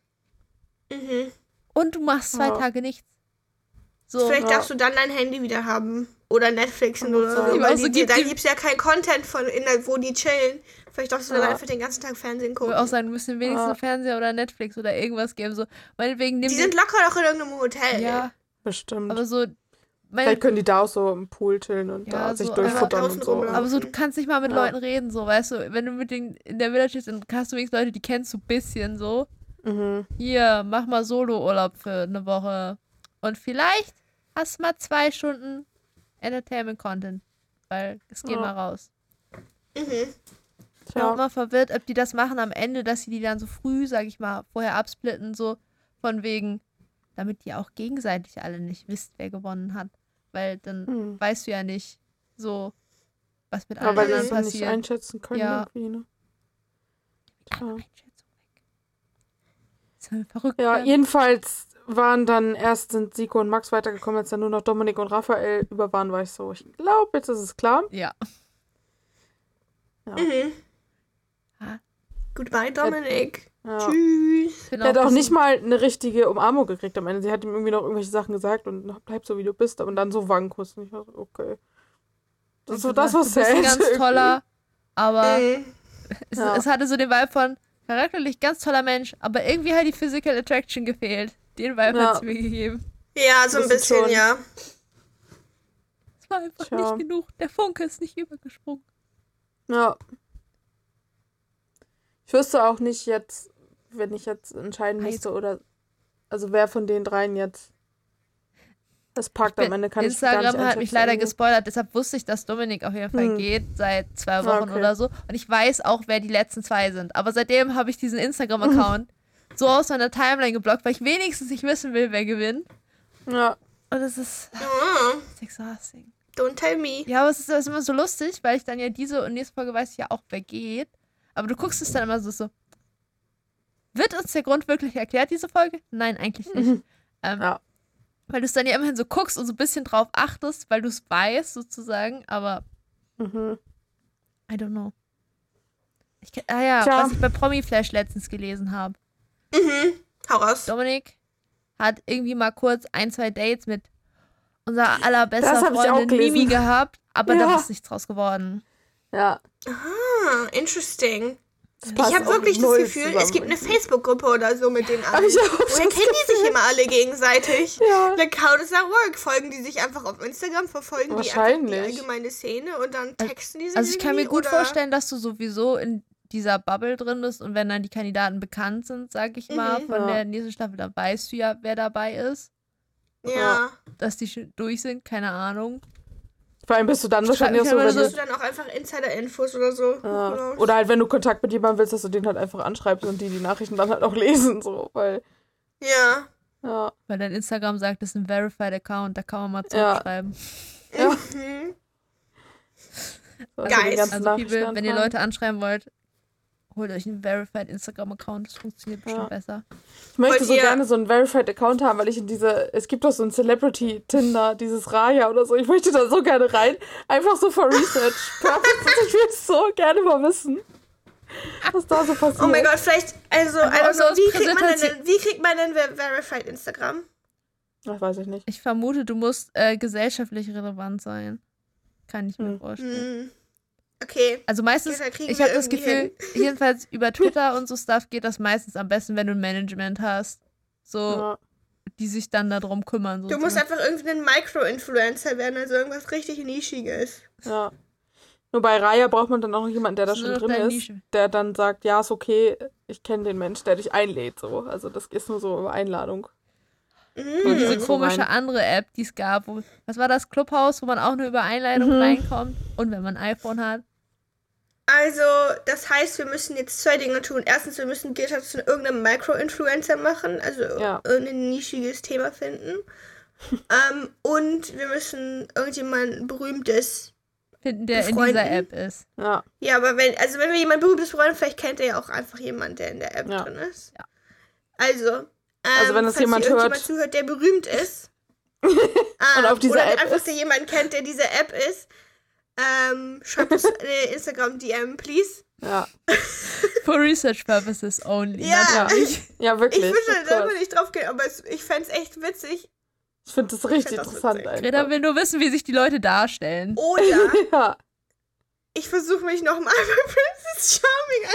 Speaker 2: und du machst 2 Tage nichts. So.
Speaker 1: Vielleicht darfst du dann dein Handy wieder haben. Oder Netflixen oder so.
Speaker 4: sein.
Speaker 1: Weil
Speaker 2: Also
Speaker 1: dann gibt es ja kein Content wo die chillen. Vielleicht darfst du dann einfach den ganzen Tag Fernsehen gucken.
Speaker 2: Würde auch sagen, du müsst wenigstens Fernseher oder Netflix oder irgendwas geben. So, meinetwegen
Speaker 1: Die sind locker noch in irgendeinem Hotel.
Speaker 2: Ja,
Speaker 4: Bestimmt.
Speaker 2: aber so.
Speaker 4: Vielleicht können die da auch so im Pool chillen und
Speaker 2: Ja,
Speaker 4: da sich
Speaker 2: so
Speaker 4: durchfuttern
Speaker 1: draußen
Speaker 4: und so.
Speaker 1: rumlaufen.
Speaker 2: Aber so, du kannst nicht mal mit Leuten reden, so, weißt du, wenn du mit denen in der Village bist, dann hast du wenigstens Leute, die kennst du ein bisschen, so. Hier, mach mal Solo-Urlaub für eine Woche. Und vielleicht hast du mal 2 Stunden Entertainment-Content, weil es geht mal raus. Ich bin auch mal verwirrt, ob die das machen am Ende, dass sie die dann so früh, sag ich mal, vorher absplitten, so von wegen, damit die auch gegenseitig alle nicht wisst, wer gewonnen hat. Weil dann weißt du ja nicht so, was mit allen
Speaker 4: weil die
Speaker 2: anderen
Speaker 4: das nicht
Speaker 2: passiert.
Speaker 4: einschätzen können
Speaker 2: Ja.
Speaker 4: irgendwie, ne?
Speaker 2: Einschätzung weg. Ist verrückt.
Speaker 4: Ja,
Speaker 2: werden.
Speaker 4: jedenfalls sind Zico und Max weitergekommen, als dann nur noch Dominik und Raphael über waren, war ich so, ich glaube, jetzt ist es klar.
Speaker 2: Ja.
Speaker 4: Ja.
Speaker 1: Goodbye, Dominik.
Speaker 4: Ja.
Speaker 1: Tschüss.
Speaker 2: Bin
Speaker 4: Er hat auch
Speaker 2: bisschen-
Speaker 4: nicht mal eine richtige Umarmung gekriegt am Ende. Sie hat ihm irgendwie noch irgendwelche Sachen gesagt und bleib so, wie du bist, aber dann so Wangenkuss. Und ich war so, okay. Das war
Speaker 2: du bist
Speaker 4: sad.
Speaker 2: ein ganz
Speaker 4: irgendwie.
Speaker 2: toller, aber
Speaker 4: Ja.
Speaker 2: es hatte so den Vibe von charakterlich ganz toller Mensch, aber irgendwie hat die Physical Attraction gefehlt. Den Vibe
Speaker 4: Ja.
Speaker 2: hat es mir gegeben.
Speaker 1: Ja, so ein
Speaker 4: Bisschen
Speaker 1: bisschen,
Speaker 4: schon.
Speaker 1: ja.
Speaker 2: Es war einfach
Speaker 4: Tja.
Speaker 2: nicht genug. Der Funke ist nicht übergesprungen.
Speaker 4: Ja. Ich wüsste auch nicht jetzt, wenn ich jetzt entscheiden müsste oder, also wer von den dreien jetzt das packt am Ende, kann ich gar nicht
Speaker 2: Instagram hat mich
Speaker 4: einschätzen
Speaker 2: leider
Speaker 4: irgendwie.
Speaker 2: gespoilert, deshalb wusste ich, dass Dominik auf jeden Fall geht, seit 2 Wochen
Speaker 4: Okay.
Speaker 2: oder so. Und ich weiß auch, wer die letzten 2 sind. Aber seitdem habe ich diesen Instagram-Account so aus meiner Timeline geblockt, weil ich wenigstens nicht wissen will, wer gewinnt.
Speaker 4: Ja.
Speaker 2: Und es ist
Speaker 1: Ja.
Speaker 2: it's exhausting.
Speaker 1: Don't tell me.
Speaker 2: Ja, aber es ist immer so lustig, weil ich dann ja diese und nächste Folge weiß ich ja auch, wer geht. Aber du guckst es dann immer so. Wird uns der Grund wirklich erklärt, diese Folge? Nein, eigentlich nicht.
Speaker 4: Ja.
Speaker 2: Weil du es dann ja immerhin so guckst und so ein bisschen drauf achtest, weil du es weißt, sozusagen, aber I don't know. Was ich bei Promi-Flash letztens gelesen habe.
Speaker 1: Hau raus.
Speaker 2: Dominik hat irgendwie mal kurz 1-2 Dates mit unserer allerbester Freundin Mimi gehabt, aber da ist nichts draus geworden.
Speaker 4: Ja.
Speaker 1: Ah, interesting. Ich habe wirklich das Gefühl, es gibt eine Facebook-Gruppe oder so mit denen allen. Woher kennen die sich immer alle gegenseitig?
Speaker 4: Ja.
Speaker 1: Like, how does that work? Folgen die sich einfach auf Instagram, verfolgen die einfach die allgemeine Szene und dann texten die sich
Speaker 2: Also ich kann mir gut vorstellen, dass du sowieso in dieser Bubble drin bist und wenn dann die Kandidaten bekannt sind, sag ich mal, von der nächsten Staffel, dann weißt du ja, wer dabei ist.
Speaker 1: Ja.
Speaker 2: Dass die schon durch sind, keine Ahnung.
Speaker 4: Vor allem bist du dann wahrscheinlich auch so,
Speaker 1: wenn du dann auch einfach Insider-Infos oder so.
Speaker 4: Ja. Oder halt, wenn du Kontakt mit jemandem willst, dass du den halt einfach anschreibst und die Nachrichten dann halt auch lesen, so, weil...
Speaker 1: Ja.
Speaker 2: Weil dein Instagram sagt, das ist ein Verified Account, da kann man mal zurückschreiben.
Speaker 4: Ja.
Speaker 1: Guys.
Speaker 2: Also People, wenn ihr Leute anschreiben wollt, holt euch einen Verified Instagram-Account, das funktioniert bestimmt besser.
Speaker 4: Ich möchte so gerne so einen Verified Account haben, weil ich es gibt doch so ein Celebrity-Tinder, dieses Raya oder so, ich möchte da so gerne rein, einfach so for Research. Ich will so gerne mal wissen, was da so passiert.
Speaker 1: Oh mein Gott, vielleicht, wie kriegt man denn Verified Instagram?
Speaker 4: Das weiß ich nicht.
Speaker 2: Ich vermute, du musst gesellschaftlich relevant sein. Kann ich mir vorstellen.
Speaker 1: Okay.
Speaker 2: Also meistens, ich habe das Gefühl, jedenfalls über Twitter und so Stuff geht das meistens am besten, wenn du ein Management hast. So, die sich dann darum kümmern.
Speaker 1: Du musst einfach irgendwie ein Micro-Influencer werden, also irgendwas richtig Nischiges.
Speaker 4: Ja. Nur bei Raya braucht man dann auch jemanden, der da schon drin ist, der dann sagt, ja, ist okay, ich kenne den Mensch, der dich einlädt. So. Also das ist nur so über Einladung.
Speaker 2: Und diese komische andere App, die es gab, was war das, Clubhouse, wo man auch nur über Einladung reinkommt und wenn man ein iPhone hat.
Speaker 1: Also, das heißt, wir müssen jetzt 2 Dinge tun. Erstens, wir müssen Gilda zu irgendeinem Micro-Influencer machen, also irgendein nischiges Thema finden. Und wir müssen irgendjemand Berühmtes
Speaker 2: finden, der in dieser App ist.
Speaker 1: Ja, aber wenn wir jemanden Berühmtes befreundet, vielleicht kennt er ja auch einfach jemanden, der in der App drin ist. Ja. Also
Speaker 4: wenn das jemand
Speaker 1: zuhört, der berühmt ist.
Speaker 4: und auf dieser App
Speaker 1: einfach der jemanden kennt, der diese App ist. Schreibt uns eine Instagram-DM, please.
Speaker 4: Ja.
Speaker 2: For research purposes only.
Speaker 1: Ja,
Speaker 4: ja wirklich.
Speaker 1: Ich würde da immer nicht drauf gehen, aber ich fände es echt witzig.
Speaker 4: Ich finde das richtig interessant.
Speaker 2: Greta will nur wissen, wie sich die Leute darstellen.
Speaker 1: Oder ich versuche mich nochmal bei Princess Charming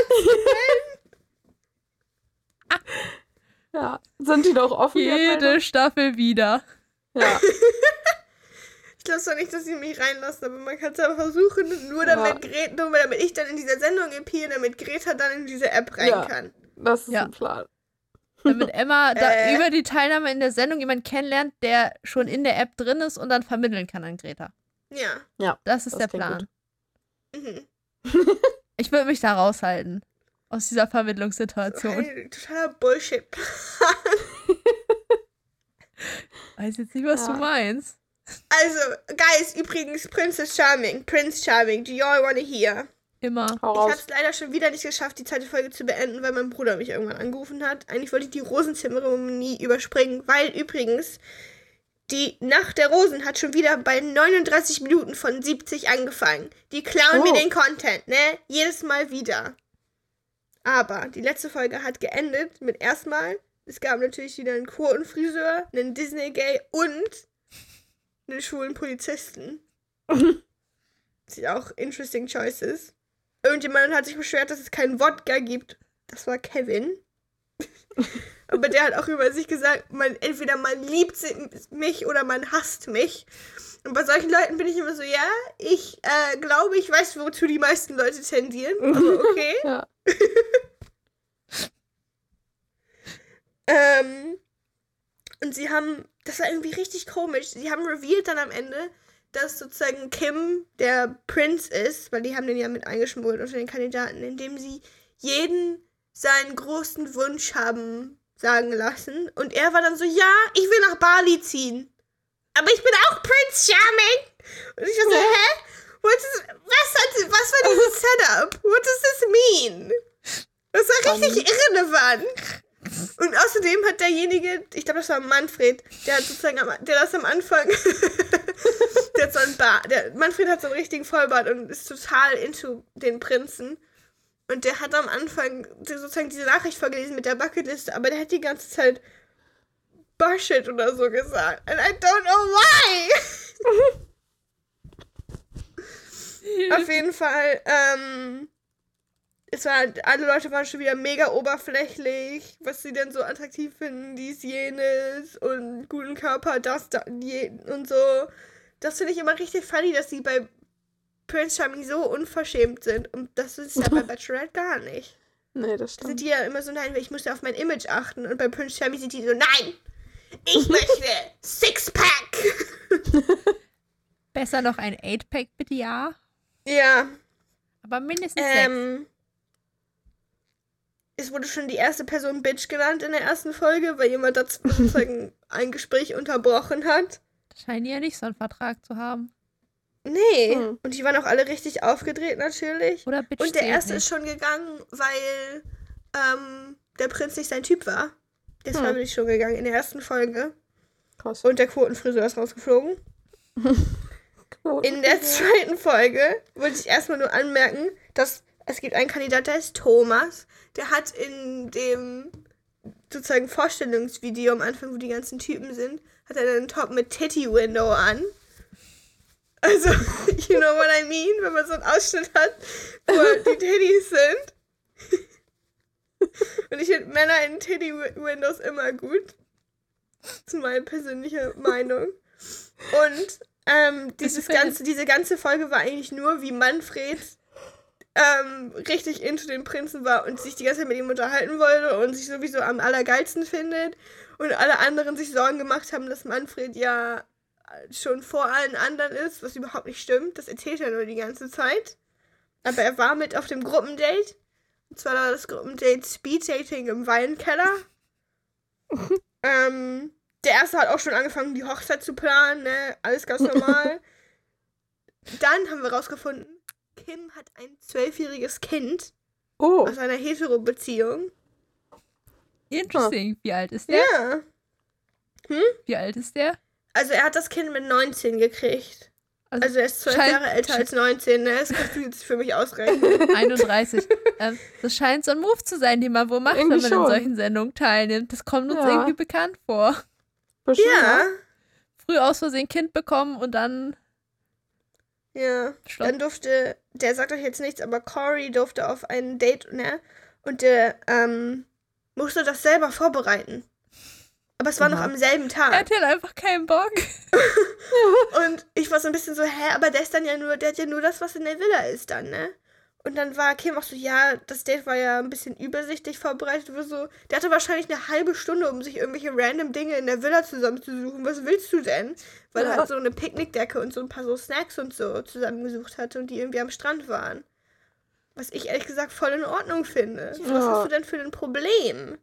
Speaker 1: anzumelden.
Speaker 4: Ja, sind die doch offen?
Speaker 2: Jede Staffel wieder.
Speaker 4: Ja.
Speaker 1: Ich glaube zwar nicht, dass sie mich reinlassen, aber man kann es aber versuchen, nur damit ich dann in dieser Sendung appeare, damit Greta dann in diese App rein kann.
Speaker 4: Das ist ein Plan.
Speaker 2: Damit Emma da über die Teilnahme in der Sendung jemanden kennenlernt, der schon in der App drin ist und dann vermitteln kann an Greta.
Speaker 1: Ja.
Speaker 2: Das ist der Plan. Ich würde mich da raushalten. Aus dieser Vermittlungssituation.
Speaker 1: Totaler Bullshit-Plan.
Speaker 2: Weiß jetzt nicht, was du meinst.
Speaker 1: Also, Guys, übrigens, Prince Charming, do y'all wanna hear?
Speaker 2: Immer.
Speaker 1: Ich hab's leider schon wieder nicht geschafft, die zweite Folge zu beenden, weil mein Bruder mich irgendwann angerufen hat. Eigentlich wollte ich die Rosenzeremonie überspringen, weil übrigens die Nacht der Rosen hat schon wieder bei 39 Minuten von 70 angefangen. Die klauen mir den Content, ne? Jedes Mal wieder. Aber die letzte Folge hat geendet mit erstmal, es gab natürlich wieder einen Quotenfriseur, einen Disney-Gay und einen schwulen Polizisten. Das sind auch interesting choices. Irgendjemand hat sich beschwert, dass es keinen Wodka gibt. Das war Kevin. Aber der hat auch über sich gesagt, entweder man liebt mich oder man hasst mich. Und bei solchen Leuten bin ich immer so, ja, ich glaube, ich weiß, wozu die meisten Leute tendieren. Also okay.
Speaker 4: Ja.
Speaker 1: Und sie haben, das war irgendwie richtig komisch, sie haben revealed dann am Ende, dass sozusagen Kim der Prinz ist, weil die haben den ja mit eingeschmuggelt unter den Kandidaten, indem sie jeden seinen großen Wunsch haben sagen lassen. Und er war dann so, ja, ich will nach Bali ziehen. aber ich bin auch Prince Charming. Und ich war so, hä? Was war dieses Setup? What does this mean? Das war richtig irrelevant. Und außerdem hat derjenige, ich glaube, das war Manfred, der hat sozusagen, der das am Anfang, der hat so ein Bart, Manfred hat so einen richtigen Vollbart und ist total into den Prinzen. Und der hat am Anfang sozusagen diese Nachricht vorgelesen mit der Bucketliste, aber der hat die ganze Zeit Bullshit oder so gesagt. And I don't know why! Auf jeden Fall, alle Leute waren schon wieder mega oberflächlich, was sie denn so attraktiv finden, dies, jenes und guten Körper, das, und so. Das finde ich immer richtig funny, dass sie bei Prince Charming so unverschämt sind. Und das ist ja bei Bachelorette gar nicht.
Speaker 4: Nee, das stimmt.
Speaker 1: Sind die ja immer so, nein, ich muss ja auf mein Image achten. Und bei Prince Charming sind die so, nein, ich möchte Sixpack.
Speaker 2: Besser noch ein 8-Pack, bitte, ja.
Speaker 1: Ja.
Speaker 2: Aber mindestens 6.
Speaker 1: Es wurde schon die erste Person Bitch genannt in der ersten Folge, weil jemand dazu sozusagen ein Gespräch unterbrochen hat.
Speaker 2: Das scheinen die ja nicht so einen Vertrag zu haben.
Speaker 1: Nee. Und die waren auch alle richtig aufgedreht natürlich.
Speaker 2: Oder Bitch.
Speaker 1: Und der erste ist schon gegangen, weil der Prinz nicht sein Typ war. Der ist freiwillig schon gegangen in der ersten Folge.
Speaker 4: Krass.
Speaker 1: Und der Quotenfriseur ist rausgeflogen. In der zweiten Folge wollte ich erstmal nur anmerken, dass es gibt einen Kandidat, der ist Thomas. Der hat in dem sozusagen Vorstellungsvideo am Anfang, wo die ganzen Typen sind, hat er einen Top mit Titty Window an. Also, you know what I mean? Wenn man so einen Ausschnitt hat, wo die Titties sind. Und ich finde Männer in Titty Windows immer gut. Das ist meine persönliche Meinung. Und diese ganze Folge war eigentlich nur, wie Manfred richtig into den Prinzen war und sich die ganze Zeit mit ihm unterhalten wollte und sich sowieso am allergeilsten findet. Und alle anderen sich Sorgen gemacht haben, dass Manfred ja schon vor allen anderen ist, was überhaupt nicht stimmt. Das erzählt er nur die ganze Zeit. Aber er war mit auf dem Gruppendate. Und zwar war das Gruppendate Speed Dating im Weinkeller. Der erste hat auch schon angefangen, die Hochzeit zu planen, ne? Alles ganz normal. Dann haben wir rausgefunden, Kim hat ein 12-jähriges Kind aus einer Hetero-Beziehung.
Speaker 2: Interesting. Wie alt ist der?
Speaker 1: Ja.
Speaker 2: Wie alt ist der?
Speaker 1: Also er hat das Kind mit 19 gekriegt. Also er ist 12 Jahre älter als 19, ne? Das kannst du jetzt für mich ausrechnen.
Speaker 2: 31. Das scheint so ein Move zu sein, den man wohl macht, wenn man in solchen Sendungen teilnimmt. Das kommt uns irgendwie bekannt vor.
Speaker 1: Bestimmt, ja.
Speaker 2: Früh aus Versehen Kind bekommen und dann...
Speaker 1: Ja, dann durfte, der sagt euch jetzt nichts, aber Cory durfte auf ein Date, ne? Und der musste das selber vorbereiten. Aber es war noch am selben Tag.
Speaker 2: Er hatte einfach keinen Bock.
Speaker 1: Und ich war so ein bisschen so, aber der ist dann ja nur, der hat ja nur das, was in der Villa ist dann, ne? Und dann war Kim auch so, ja, das Date war ja ein bisschen übersichtlich vorbereitet oder so. Der hatte wahrscheinlich eine halbe Stunde, um sich irgendwelche random Dinge in der Villa zusammenzusuchen. Was willst du denn? Weil er halt so eine Picknickdecke und so ein paar so Snacks und so zusammengesucht hatte und die irgendwie am Strand waren. Was ich ehrlich gesagt voll in Ordnung finde. Ja. Was hast du denn für ein Problem?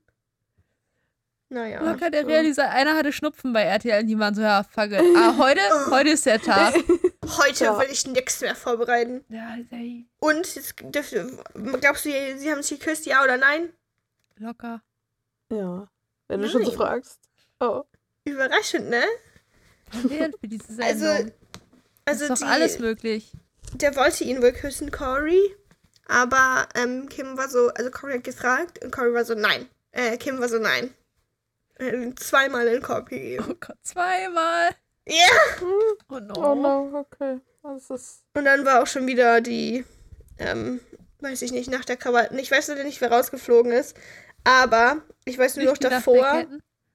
Speaker 1: Naja.
Speaker 2: Locker der realisiert, einer hatte Schnupfen bei RTL und die waren so, ja, fuck it. Heute ist der Tag.
Speaker 1: Heute will ich nichts mehr vorbereiten.
Speaker 2: Ja,
Speaker 1: und jetzt glaubst du, sie haben sich geküsst, ja oder nein?
Speaker 2: Locker.
Speaker 4: Ja, wenn du schon so fragst. Oh.
Speaker 1: Überraschend, ne?
Speaker 2: Für diese Sendung.
Speaker 1: Also
Speaker 2: ist doch alles möglich.
Speaker 1: Der wollte ihn wohl küssen, Cory. Aber Kim war so, also Cory hat gefragt und Cory war so, nein. Kim war so, nein. Zweimal in den Korb gegeben.
Speaker 2: Oh Gott, zweimal.
Speaker 1: Ja. Yeah.
Speaker 2: Oh no.
Speaker 4: Oh no, okay.
Speaker 1: Und dann war auch schon wieder die, weiß ich nicht, nach der Krawatte. Ich weiß nicht, wer rausgeflogen ist. Aber ich weiß nur noch davor.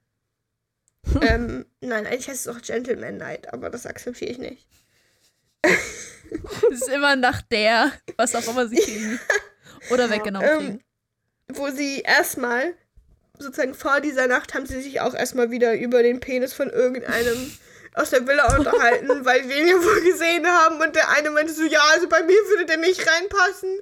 Speaker 1: Nein, eigentlich heißt es auch Gentleman Night, aber das akzeptiere ich nicht.
Speaker 2: Es ist immer nach der, was auch immer sie kriegen. Oder weggenommen kriegen.
Speaker 1: Wo sie erstmal, sozusagen vor dieser Nacht, haben sie sich auch erstmal wieder über den Penis von irgendeinem aus der Villa unterhalten, weil wir ihn ja wohl gesehen haben und der eine meinte so, ja, also bei mir würde der nicht reinpassen.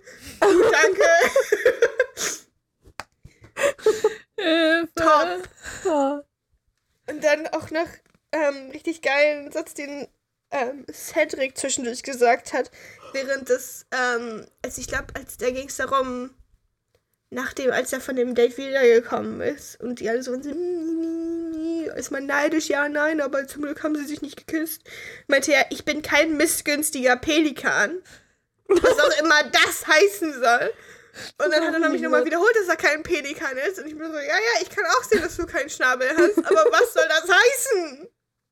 Speaker 1: Danke. Top. Und dann auch noch richtig geilen Satz, den Cedric zwischendurch gesagt hat, während des, als da ging es darum, als er von dem Date wiedergekommen ist und die alle so, ist man neidisch? Ja, nein, aber zum Glück haben sie sich nicht geküsst. Meinte er, ich bin kein missgünstiger Pelikan. Was auch immer das heißen soll. Und dann hat er nämlich nochmal wiederholt, dass er kein Pelikan ist. Und ich bin so, ja, ich kann auch sehen, dass du keinen Schnabel hast. Aber was soll das heißen?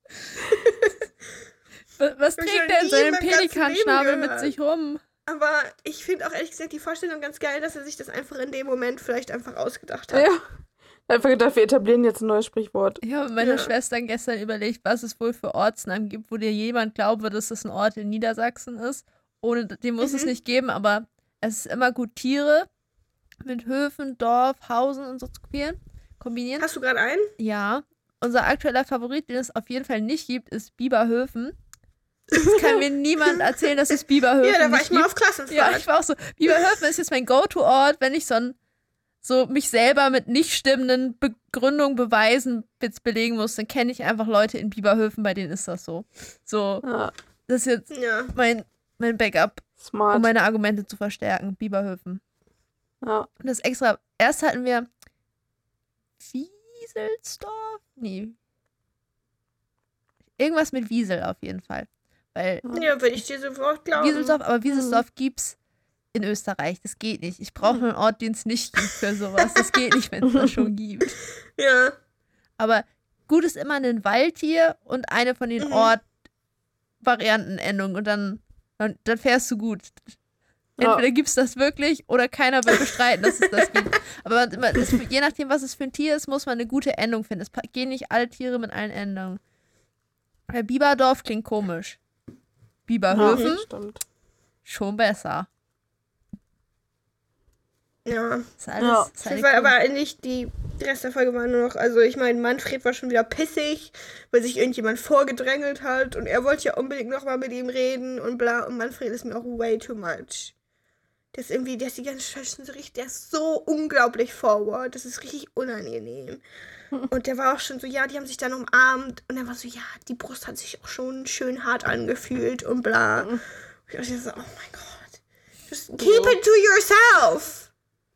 Speaker 2: Was trägt der in seinem Pelikanschnabel mit sich rum?
Speaker 1: Aber ich finde auch ehrlich gesagt die Vorstellung ganz geil, dass er sich das einfach in dem Moment vielleicht einfach ausgedacht hat.
Speaker 4: Ja. Einfach gedacht, wir etablieren jetzt ein neues Sprichwort.
Speaker 2: Ich habe mit meiner Schwester gestern überlegt, was es wohl für Ortsnamen gibt, wo dir jemand glaubt, dass das ein Ort in Niedersachsen ist. Ohne den muss es nicht geben, aber es ist immer gut, Tiere mit Höfen, Dorf, Hausen und so zu kombinieren.
Speaker 1: Hast du gerade einen?
Speaker 2: Ja. Unser aktueller Favorit, den es auf jeden Fall nicht gibt, ist Biberhöfen. Das kann mir niemand erzählen, dass es Biberhöfen gibt.
Speaker 1: Ja, da war ich mal auf Klassenfahrt.
Speaker 2: Ja, ich war auch so. Biberhöfen ist jetzt mein Go-To-Ort, wenn ich so mich selber mit nicht stimmenden Begründungen, Beweisen belegen muss, dann kenne ich einfach Leute in Biberhöfen, bei denen ist das so. So, das ist jetzt mein Backup,
Speaker 4: Smart.
Speaker 2: um meine Argumente zu verstärken. Biberhöfen.
Speaker 4: Ja.
Speaker 2: Und das extra, erst hatten wir Wieselsdorf? Nee. Irgendwas mit Wiesel auf jeden Fall. Weil
Speaker 1: würde ich dir sofort glauben.
Speaker 2: Wieselsdorf, aber Wieselsdorf gibt's in Österreich. Das geht nicht. Ich brauche einen Ort, den es nicht gibt für sowas. Das geht nicht, wenn es das schon gibt.
Speaker 1: Ja.
Speaker 2: Aber gut ist immer ein Waldtier und eine von den Ort-Variantenendungen und dann fährst du gut. Entweder gibt's das wirklich oder keiner will bestreiten, dass es das gibt. Aber je nachdem, was es für ein Tier ist, muss man eine gute Endung finden. Es gehen nicht alle Tiere mit allen Endungen. Weil Biberdorf klingt komisch. Biberhöfen?
Speaker 4: Stimmt.
Speaker 2: Schon besser.
Speaker 1: Ja.
Speaker 2: Ist alles,
Speaker 1: aber eigentlich die Rest der Folge war nur noch, also ich meine, Manfred war schon wieder pissig, weil sich irgendjemand vorgedrängelt hat und er wollte ja unbedingt nochmal mit ihm reden und bla, und Manfred ist mir auch way too much. Der ist die ganze Zeit schon so richtig, der ist so unglaublich forward, das ist richtig unangenehm. Und der war auch schon so, ja, die haben sich dann umarmt und er war so, ja, die Brust hat sich auch schon schön hart angefühlt und bla. Und ich dachte so, oh mein Gott, just keep it to yourself.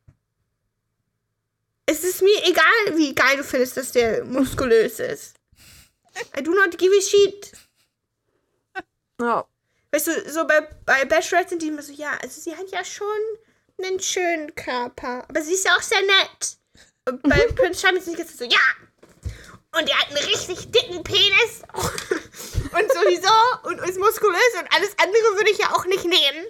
Speaker 1: Es ist mir egal, wie geil du findest, dass der muskulös ist. I do not give a shit.
Speaker 4: Ja.
Speaker 1: Weißt du, so bei Bachelorette sind die immer so, ja, also sie hat ja schon einen schönen Körper, aber sie ist ja auch sehr nett. Und bei Prince Charming sind die jetzt so, ja, und er hat einen richtig dicken Penis und sowieso und ist muskulös und alles andere würde ich ja auch nicht nehmen.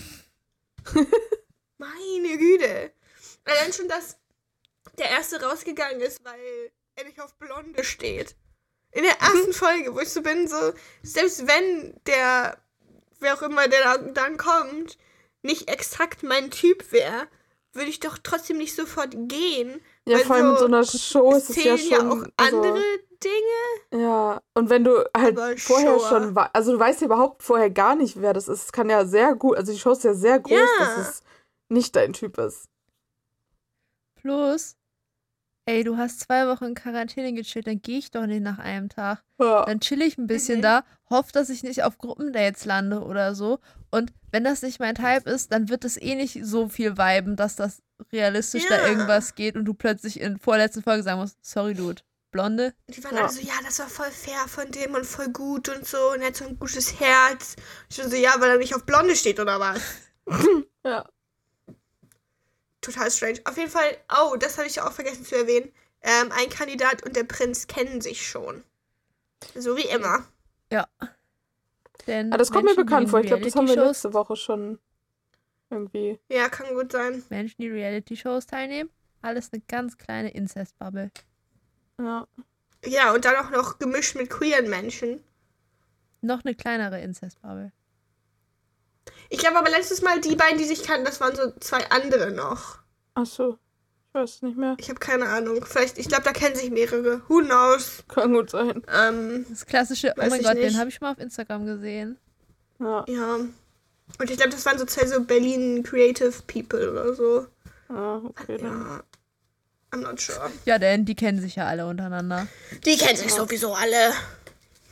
Speaker 1: Meine Güte. Allein schon, dass der Erste rausgegangen ist, weil er nicht auf Blonde steht. In der ersten Folge, wo ich so bin, so, selbst wenn wer auch immer, der dann kommt, nicht exakt mein Typ wäre, würde ich doch trotzdem nicht sofort gehen.
Speaker 4: Ja, vor allem in so einer Show ist es ja schon...
Speaker 1: ja auch andere Dinge.
Speaker 4: Ja, und wenn du halt
Speaker 1: aber
Speaker 4: vorher
Speaker 1: sure.
Speaker 4: schon... Also du weißt ja überhaupt vorher gar nicht, wer das ist. Es kann ja sehr gut... Also die Show ist ja sehr groß, dass es nicht dein Typ ist.
Speaker 2: Plus, ey, du hast 2 Wochen in Quarantäne gechillt, dann gehe ich doch nicht nach einem Tag.
Speaker 4: Ja.
Speaker 2: Dann chill ich ein bisschen da, hoffe, dass ich nicht auf Gruppendates lande oder so. Und wenn das nicht mein Type ist, dann wird es eh nicht so viel viben, dass das realistisch da irgendwas geht und du plötzlich in vorletzten Folge sagen musst, sorry, Dude, Blonde?
Speaker 1: Die waren alle so, ja, das war voll fair von dem und voll gut und so und er hat so ein gutes Herz. Ich bin so, ja, weil er nicht auf Blonde steht oder was?
Speaker 4: Ja.
Speaker 1: Total strange. Auf jeden Fall, oh, das habe ich auch vergessen zu erwähnen. Ein Kandidat und der Prinz kennen sich schon. So wie immer.
Speaker 2: Ja. Denn
Speaker 4: Das kommt mir
Speaker 2: Menschen,
Speaker 4: bekannt
Speaker 2: die
Speaker 4: vor. Ich glaube, das haben wir
Speaker 2: Reality-Shows-
Speaker 4: letzte Woche schon irgendwie.
Speaker 1: Ja, kann gut sein.
Speaker 2: Menschen, die Reality-Shows teilnehmen, alles eine ganz kleine Incest-Bubble.
Speaker 4: Ja.
Speaker 1: Ja, und dann auch noch gemischt mit queeren Menschen.
Speaker 2: Noch eine kleinere Incest-Bubble.
Speaker 1: Ich glaube aber letztes Mal, die beiden, die sich kannten, das waren so 2 andere noch.
Speaker 4: Ach so. Ich weiß nicht mehr.
Speaker 1: Ich habe keine Ahnung. Vielleicht, ich glaube, da kennen sich mehrere. Who knows?
Speaker 4: Kann gut sein.
Speaker 2: Das klassische, oh
Speaker 1: Weiß
Speaker 2: mein
Speaker 1: ich
Speaker 2: Gott,
Speaker 1: nicht.
Speaker 2: den habe ich mal auf Instagram gesehen.
Speaker 4: Ja.
Speaker 1: Ja. Und ich glaube, das waren so 2 so Berlin Creative People oder so.
Speaker 4: Okay, dann.
Speaker 1: Ja. I'm not sure.
Speaker 2: Ja, denn die kennen sich ja alle untereinander.
Speaker 1: Die kennen sich sowieso alle.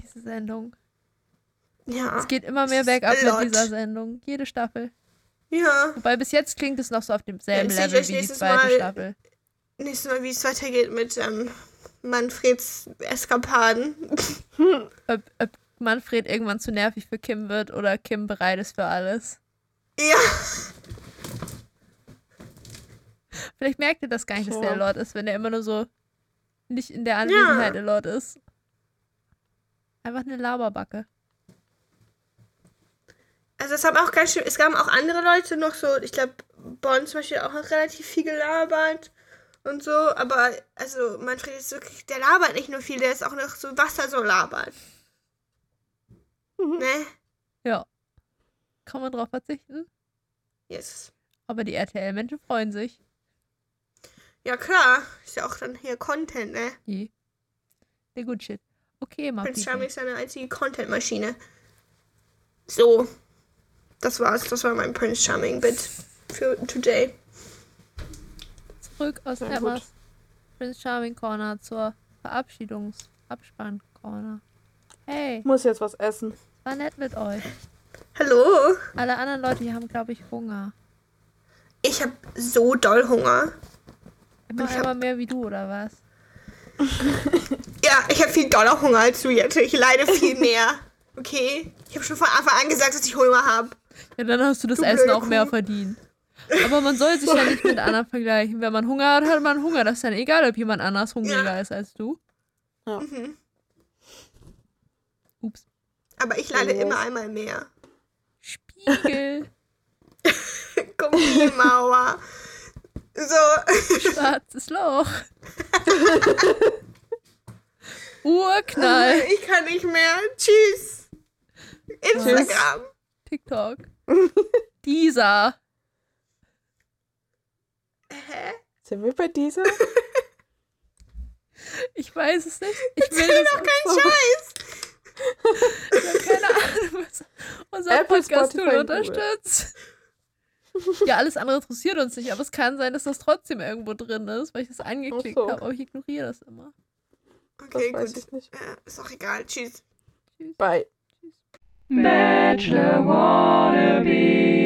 Speaker 2: diese Sendung.
Speaker 1: Ja.
Speaker 2: Es geht immer mehr bergab mit dieser Sendung. Jede Staffel.
Speaker 1: Ja.
Speaker 2: Wobei bis jetzt klingt es noch so auf demselben Level wie die zweite Staffel.
Speaker 1: Nächstes Mal, wie es weitergeht mit Manfreds Eskapaden.
Speaker 2: Ob Manfred irgendwann zu nervig für Kim wird oder Kim bereit ist für alles.
Speaker 1: Ja.
Speaker 2: Vielleicht merkt ihr das gar nicht, dass der Lord ist, wenn er immer nur so nicht in der Anwesenheit der Lord ist. Einfach eine Laberbacke.
Speaker 1: Also es gab auch andere Leute noch so, ich glaube, Bonn zum Beispiel auch noch relativ viel gelabert und so, aber also Manfred ist wirklich, der labert nicht nur viel, der ist auch noch so, was er so labert. Ne?
Speaker 2: Ja. Kann man drauf verzichten?
Speaker 1: Yes.
Speaker 2: Aber die RTL-Menschen freuen sich.
Speaker 1: Ja klar, ist ja auch dann hier Content, ne?
Speaker 2: Je. Der good shit. Okay, mal
Speaker 1: Prince Charming ist eine einzige Content-Maschine. So. Das war's. Das war mein Prince Charming-Bit für today.
Speaker 2: Zurück aus Emmas Prince Charming Corner zur Verabschiedungsabspann-Corner. Hey.
Speaker 4: Ich muss jetzt was essen.
Speaker 2: War nett mit euch.
Speaker 1: Hallo.
Speaker 2: Alle anderen Leute hier haben, glaube ich, Hunger.
Speaker 1: Ich habe so doll Hunger.
Speaker 2: Immer mehr wie du, oder was?
Speaker 1: Ja, ich habe viel doller Hunger als du jetzt. Ich leide viel mehr. Okay? Ich habe schon von Anfang an gesagt, dass ich Hunger habe.
Speaker 2: Ja, dann hast du das Essen auch mehr verdient. Aber man soll sich ja nicht mit anderen vergleichen. Wenn man Hunger hat, hat man Hunger. Das ist dann egal, ob jemand anders hungriger ist als du.
Speaker 4: Ja.
Speaker 2: Ups.
Speaker 1: Aber ich leide immer einmal mehr.
Speaker 2: Spiegel.
Speaker 1: Gummimauer. So.
Speaker 2: Schwarzes Loch. Urknall.
Speaker 1: Ich kann nicht mehr. Tschüss. Instagram.
Speaker 2: TikTok. Dieser.
Speaker 1: Hä?
Speaker 4: Sind wir bei dieser?
Speaker 2: Ich weiß es nicht. Ich will
Speaker 1: Erzähl doch keinen Scheiß.
Speaker 2: Ich habe keine Ahnung, was unser Podcast-Tool unterstützt. Ja, alles andere interessiert uns nicht, aber es kann sein, dass das trotzdem irgendwo drin ist, weil ich das angeklickt habe, aber ich ignoriere das immer.
Speaker 1: Okay,
Speaker 4: das weiß
Speaker 1: gut.
Speaker 4: Ich nicht.
Speaker 1: Ist auch egal. Tschüss.
Speaker 4: Bye.
Speaker 2: Bachelor Wannabe.